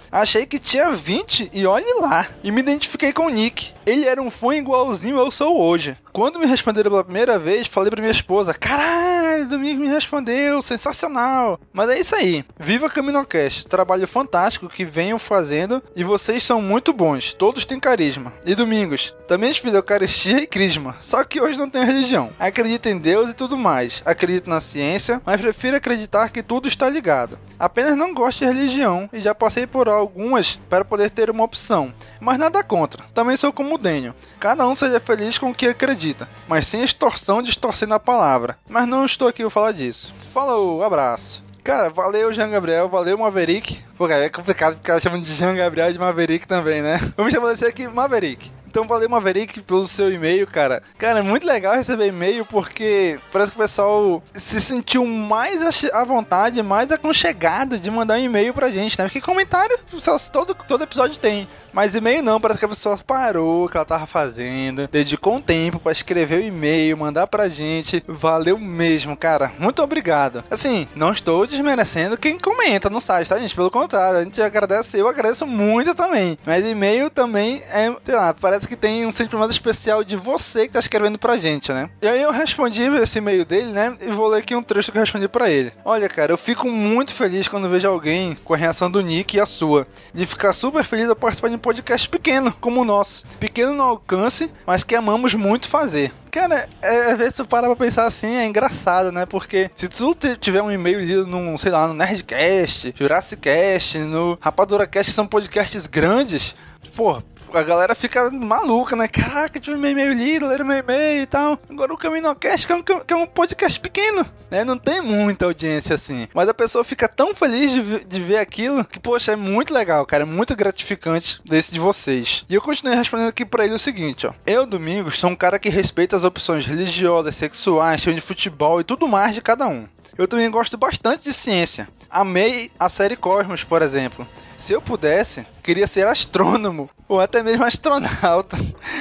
Achei que tinha 20 e olhe lá. E me identifiquei com o Nick. Ele era um fã igualzinho eu sou hoje. Quando me responderam pela primeira vez, falei pra minha esposa: caralho, Domingos me respondeu, sensacional. Mas é isso aí. Viva CaminoCast, trabalho fantástico que venham fazendo e vocês são muito bons. Todos têm carisma. E Domingos, também fiz Eucaristia e Crisma, só que hoje não tenho religião. Acredito em Deus e tudo mais. Acredito na ciência, mas prefiro acreditar que tudo está ligado. Apenas não gosto de religião e já passei por algumas para poder ter uma opção. Mas nada contra. Também sou como o Daniel. Cada um seja feliz com o que acredita, mas sem extorsão distorcendo a palavra. Mas não estou aqui para falar disso. Falou, abraço. Cara, valeu Jean Gabriel, valeu Maverick. Pô, cara, é complicado porque ela chama de Jean Gabriel e de Maverick também, né? Vamos estabelecer aqui Maverick. Então valeu Maverick pelo seu e-mail, cara. Cara, é muito legal receber e-mail porque parece que o pessoal se sentiu mais à vontade, mais aconchegado de mandar um e-mail pra gente, né? Porque comentário todo episódio tem. Mas e-mail não, parece que a pessoa parou o que ela tava fazendo, dedicou um tempo pra escrever o e-mail, mandar pra gente. Valeu mesmo, cara. Muito obrigado. Assim, não estou desmerecendo quem comenta no site, tá, gente? Pelo contrário, a gente agradece, eu agradeço muito também. Mas e-mail também é, sei lá, parece que tem um sentimento especial de você que tá escrevendo pra gente, né? E aí eu respondi esse e-mail dele, né? E vou ler aqui um trecho que eu respondi pra ele. Olha, cara, eu fico muito feliz quando vejo alguém com a reação do Nick e a sua. De ficar super feliz ao participar de um podcast pequeno, como o nosso. Pequeno no alcance, mas que amamos muito fazer. Cara, às vezes tu para pra pensar assim, é engraçado, né? Porque se tu tiver um e-mail lido num, sei lá, no Nerdcast, Jurassic Cast, no Rapadura Cast, que são podcasts grandes, pô, a galera fica maluca, né? Caraca, tive meu e-mail lido, leram meu e-mail e tal. Agora o CaminoCast, que é um podcast pequeno, né? Não tem muita audiência assim. Mas a pessoa fica tão feliz de ver aquilo que, poxa, é muito legal, cara. É muito gratificante desse de vocês. E eu continuei respondendo aqui pra ele o seguinte, ó. Eu, Domingos, sou um cara que respeita as opções religiosas, sexuais, time de futebol e tudo mais de cada um. Eu também gosto bastante de ciência. Amei a série Cosmos, por exemplo. Se eu pudesse, queria ser astrônomo ou até mesmo astronauta.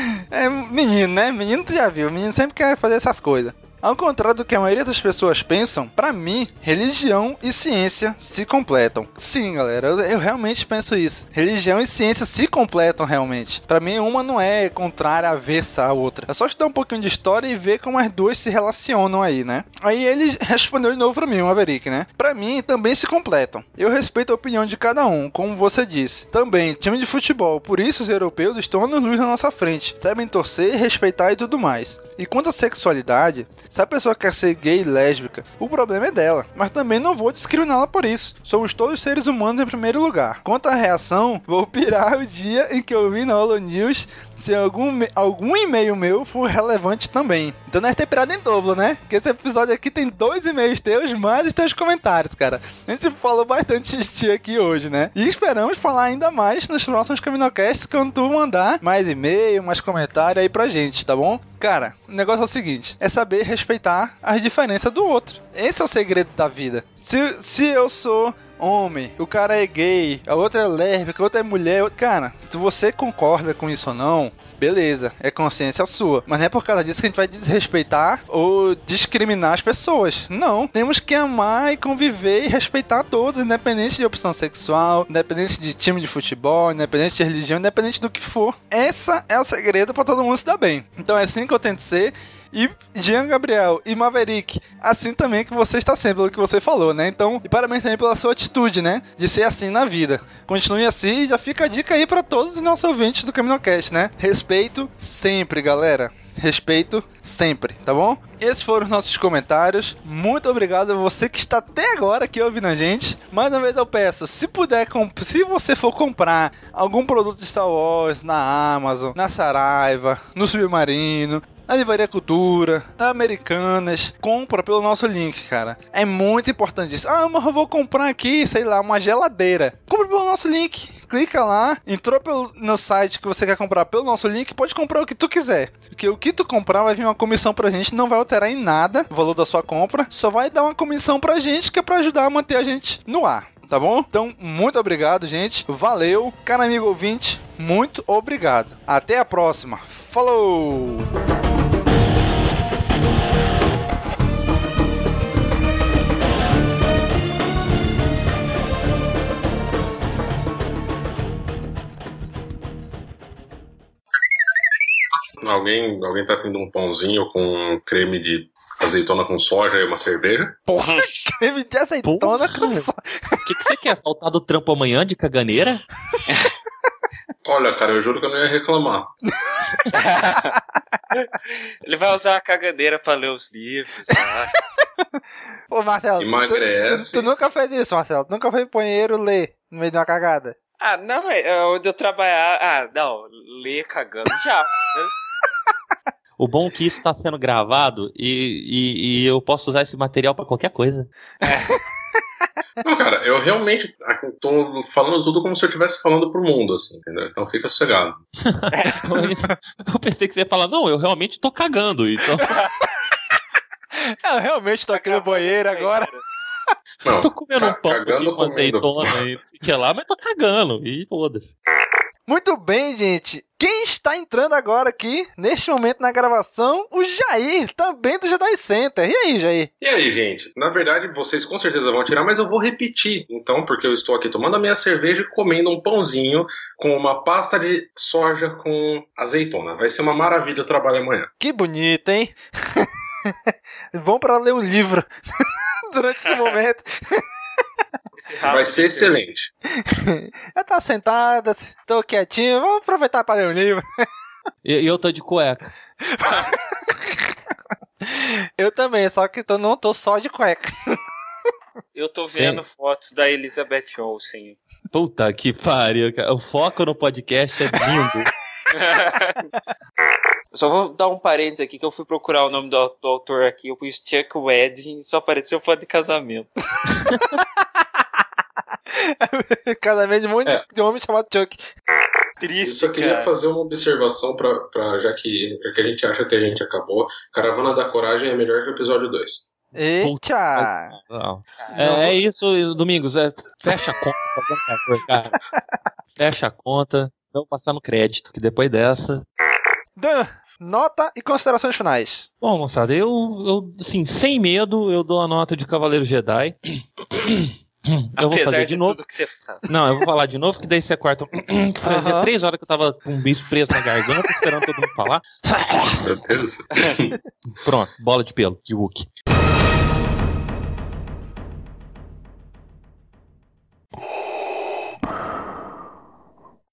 É menino, né? Menino tu já viu, menino sempre quer fazer essas coisas. Ao contrário do que a maioria das pessoas pensam, pra mim, religião e ciência se completam. Sim, galera, eu realmente penso isso. Religião e ciência se completam realmente. Pra mim, uma não é contrária, avessa à outra. É só estudar um pouquinho de história e ver como as duas se relacionam aí, né? Aí ele respondeu de novo pra mim, o Maverick, né? Pra mim, também se completam. Eu respeito a opinião de cada um, como você disse. Também, time de futebol, por isso os europeus estão anos-luz na nossa frente. Sabem torcer, respeitar e tudo mais. E quanto à sexualidade, se a pessoa quer ser gay e lésbica, o problema é dela, mas também não vou discriminá-la por isso. Somos todos seres humanos em primeiro lugar. Quanto à reação, vou pirar o dia em que eu vi na Holonews se algum e-mail meu for relevante também. Então nós temos pirado em dobro, né? Porque esse episódio aqui tem 2 e-mails teus, mais os teus comentários, cara. A gente falou bastante de ti aqui hoje, né? E esperamos falar ainda mais nos próximos CaminoCasts quando tu mandar mais e-mail, mais comentário aí pra gente, tá bom? Cara, o negócio é o seguinte, é saber respeitar as diferenças do outro. Esse é o segredo da vida. Se eu sou homem, o cara é gay, a outra é lésbica, a outra é mulher, cara, se você concorda com isso ou não, beleza, é consciência sua. Mas não é por causa disso que a gente vai desrespeitar ou discriminar as pessoas. Não, temos que amar e conviver e respeitar todos, independente de opção sexual, independente de time de futebol, independente de religião, independente do que for. Essa é o segredo pra todo mundo se dar bem. Então é assim que eu tento ser. E Jean Gabriel e Maverick, assim também que você está sendo, pelo que você falou, né? Então, e parabéns também pela sua atitude, né? De ser assim na vida. Continue assim e já fica a dica aí para todos os nossos ouvintes do CaminoCast, né? Respeito sempre, galera. Respeito sempre, tá bom? Esses foram os nossos comentários. Muito obrigado a você que está até agora aqui ouvindo a gente. Mais uma vez eu peço, se você for comprar algum produto de Star Wars na Amazon, na Saraiva, no Submarino, na Livraria Cultura, na Americanas, compra pelo nosso link, cara. É muito importante isso. Ah, mas eu vou comprar aqui, sei lá, uma geladeira. Compre pelo nosso link. Clica lá, entrou no site que você quer comprar pelo nosso link, pode comprar o que tu quiser. Porque o que tu comprar vai vir uma comissão pra gente, não vai alterar em nada o valor da sua compra, só vai dar uma comissão pra gente que é pra ajudar a manter a gente no ar. Tá bom? Então, muito obrigado, gente. Valeu. Cara amigo ouvinte, muito obrigado. Até a próxima. Falou! Alguém tá afim de um pãozinho com creme de azeitona com soja e uma cerveja? Porra, creme de azeitona com soja. O que você quer? Faltar do trampo amanhã de caganeira? Olha, cara, eu juro que eu não ia reclamar. Ele vai usar a cagadeira pra ler os livros, tá? Pô, Marcelo, emagrece. Tu nunca fez isso, Marcelo? Tu nunca foi pro banheiro ler no meio de uma cagada? Ah, não, é onde eu trabalhar. Ah, não, ler cagando já. O bom é que isso tá sendo gravado e eu posso usar esse material pra qualquer coisa. Não, cara, eu realmente tô falando tudo como se eu estivesse falando pro mundo, assim, entendeu? Então fica sossegado. Eu pensei que você ia falar, não, eu realmente tô cagando, então... Eu realmente tô aqui no banheiro agora. Não, tô comendo um pão com azeitona e não sei o que lá, mas tô cagando, e foda-se. Muito bem, gente. Quem está entrando agora aqui, neste momento na gravação, o Jair, também do Jedi Center. E aí, Jair? E aí, gente? Na verdade, vocês com certeza vão tirar, mas eu vou repetir. Então, porque eu estou aqui tomando a minha cerveja e comendo um pãozinho com uma pasta de soja com azeitona. Vai ser uma maravilha o trabalho amanhã. Que bonito, hein? Vamos para ler um livro durante esse momento. Vai ser excelente. Eu tô sentada, tô quietinho, vamos aproveitar para ler um livro. E eu tô de cueca. Eu também, só que eu não tô só de cueca. Eu tô vendo fotos da Elizabeth Olsen. Puta que pariu, cara. O foco no podcast é lindo. Só vou dar um parênteses aqui que eu fui procurar o nome do autor aqui. Eu pus Chuck Wedding e só apareceu foto de casamento. Casamento de um monte de homem chamado Chuck. Triste, eu só queria fazer uma observação pra já que a gente acha que a gente acabou. Caravana da Coragem é melhor que o episódio 2. Eita! É isso, Domingos. Fecha a conta, fazendo favor, cara. Fecha a conta. Vamos passar no crédito, que depois dessa... Dan, nota e considerações finais. Bom, moçada, eu assim, sem medo, eu dou a nota de Cavaleiro Jedi. Eu vou fazer de novo. Tudo que você fala. Não, eu vou falar de novo, que daí você corta. Fazia 3 horas que eu tava com um bicho preso na garganta, esperando todo mundo falar. Meu Deus. Pronto, bola de pelo, de Wookie.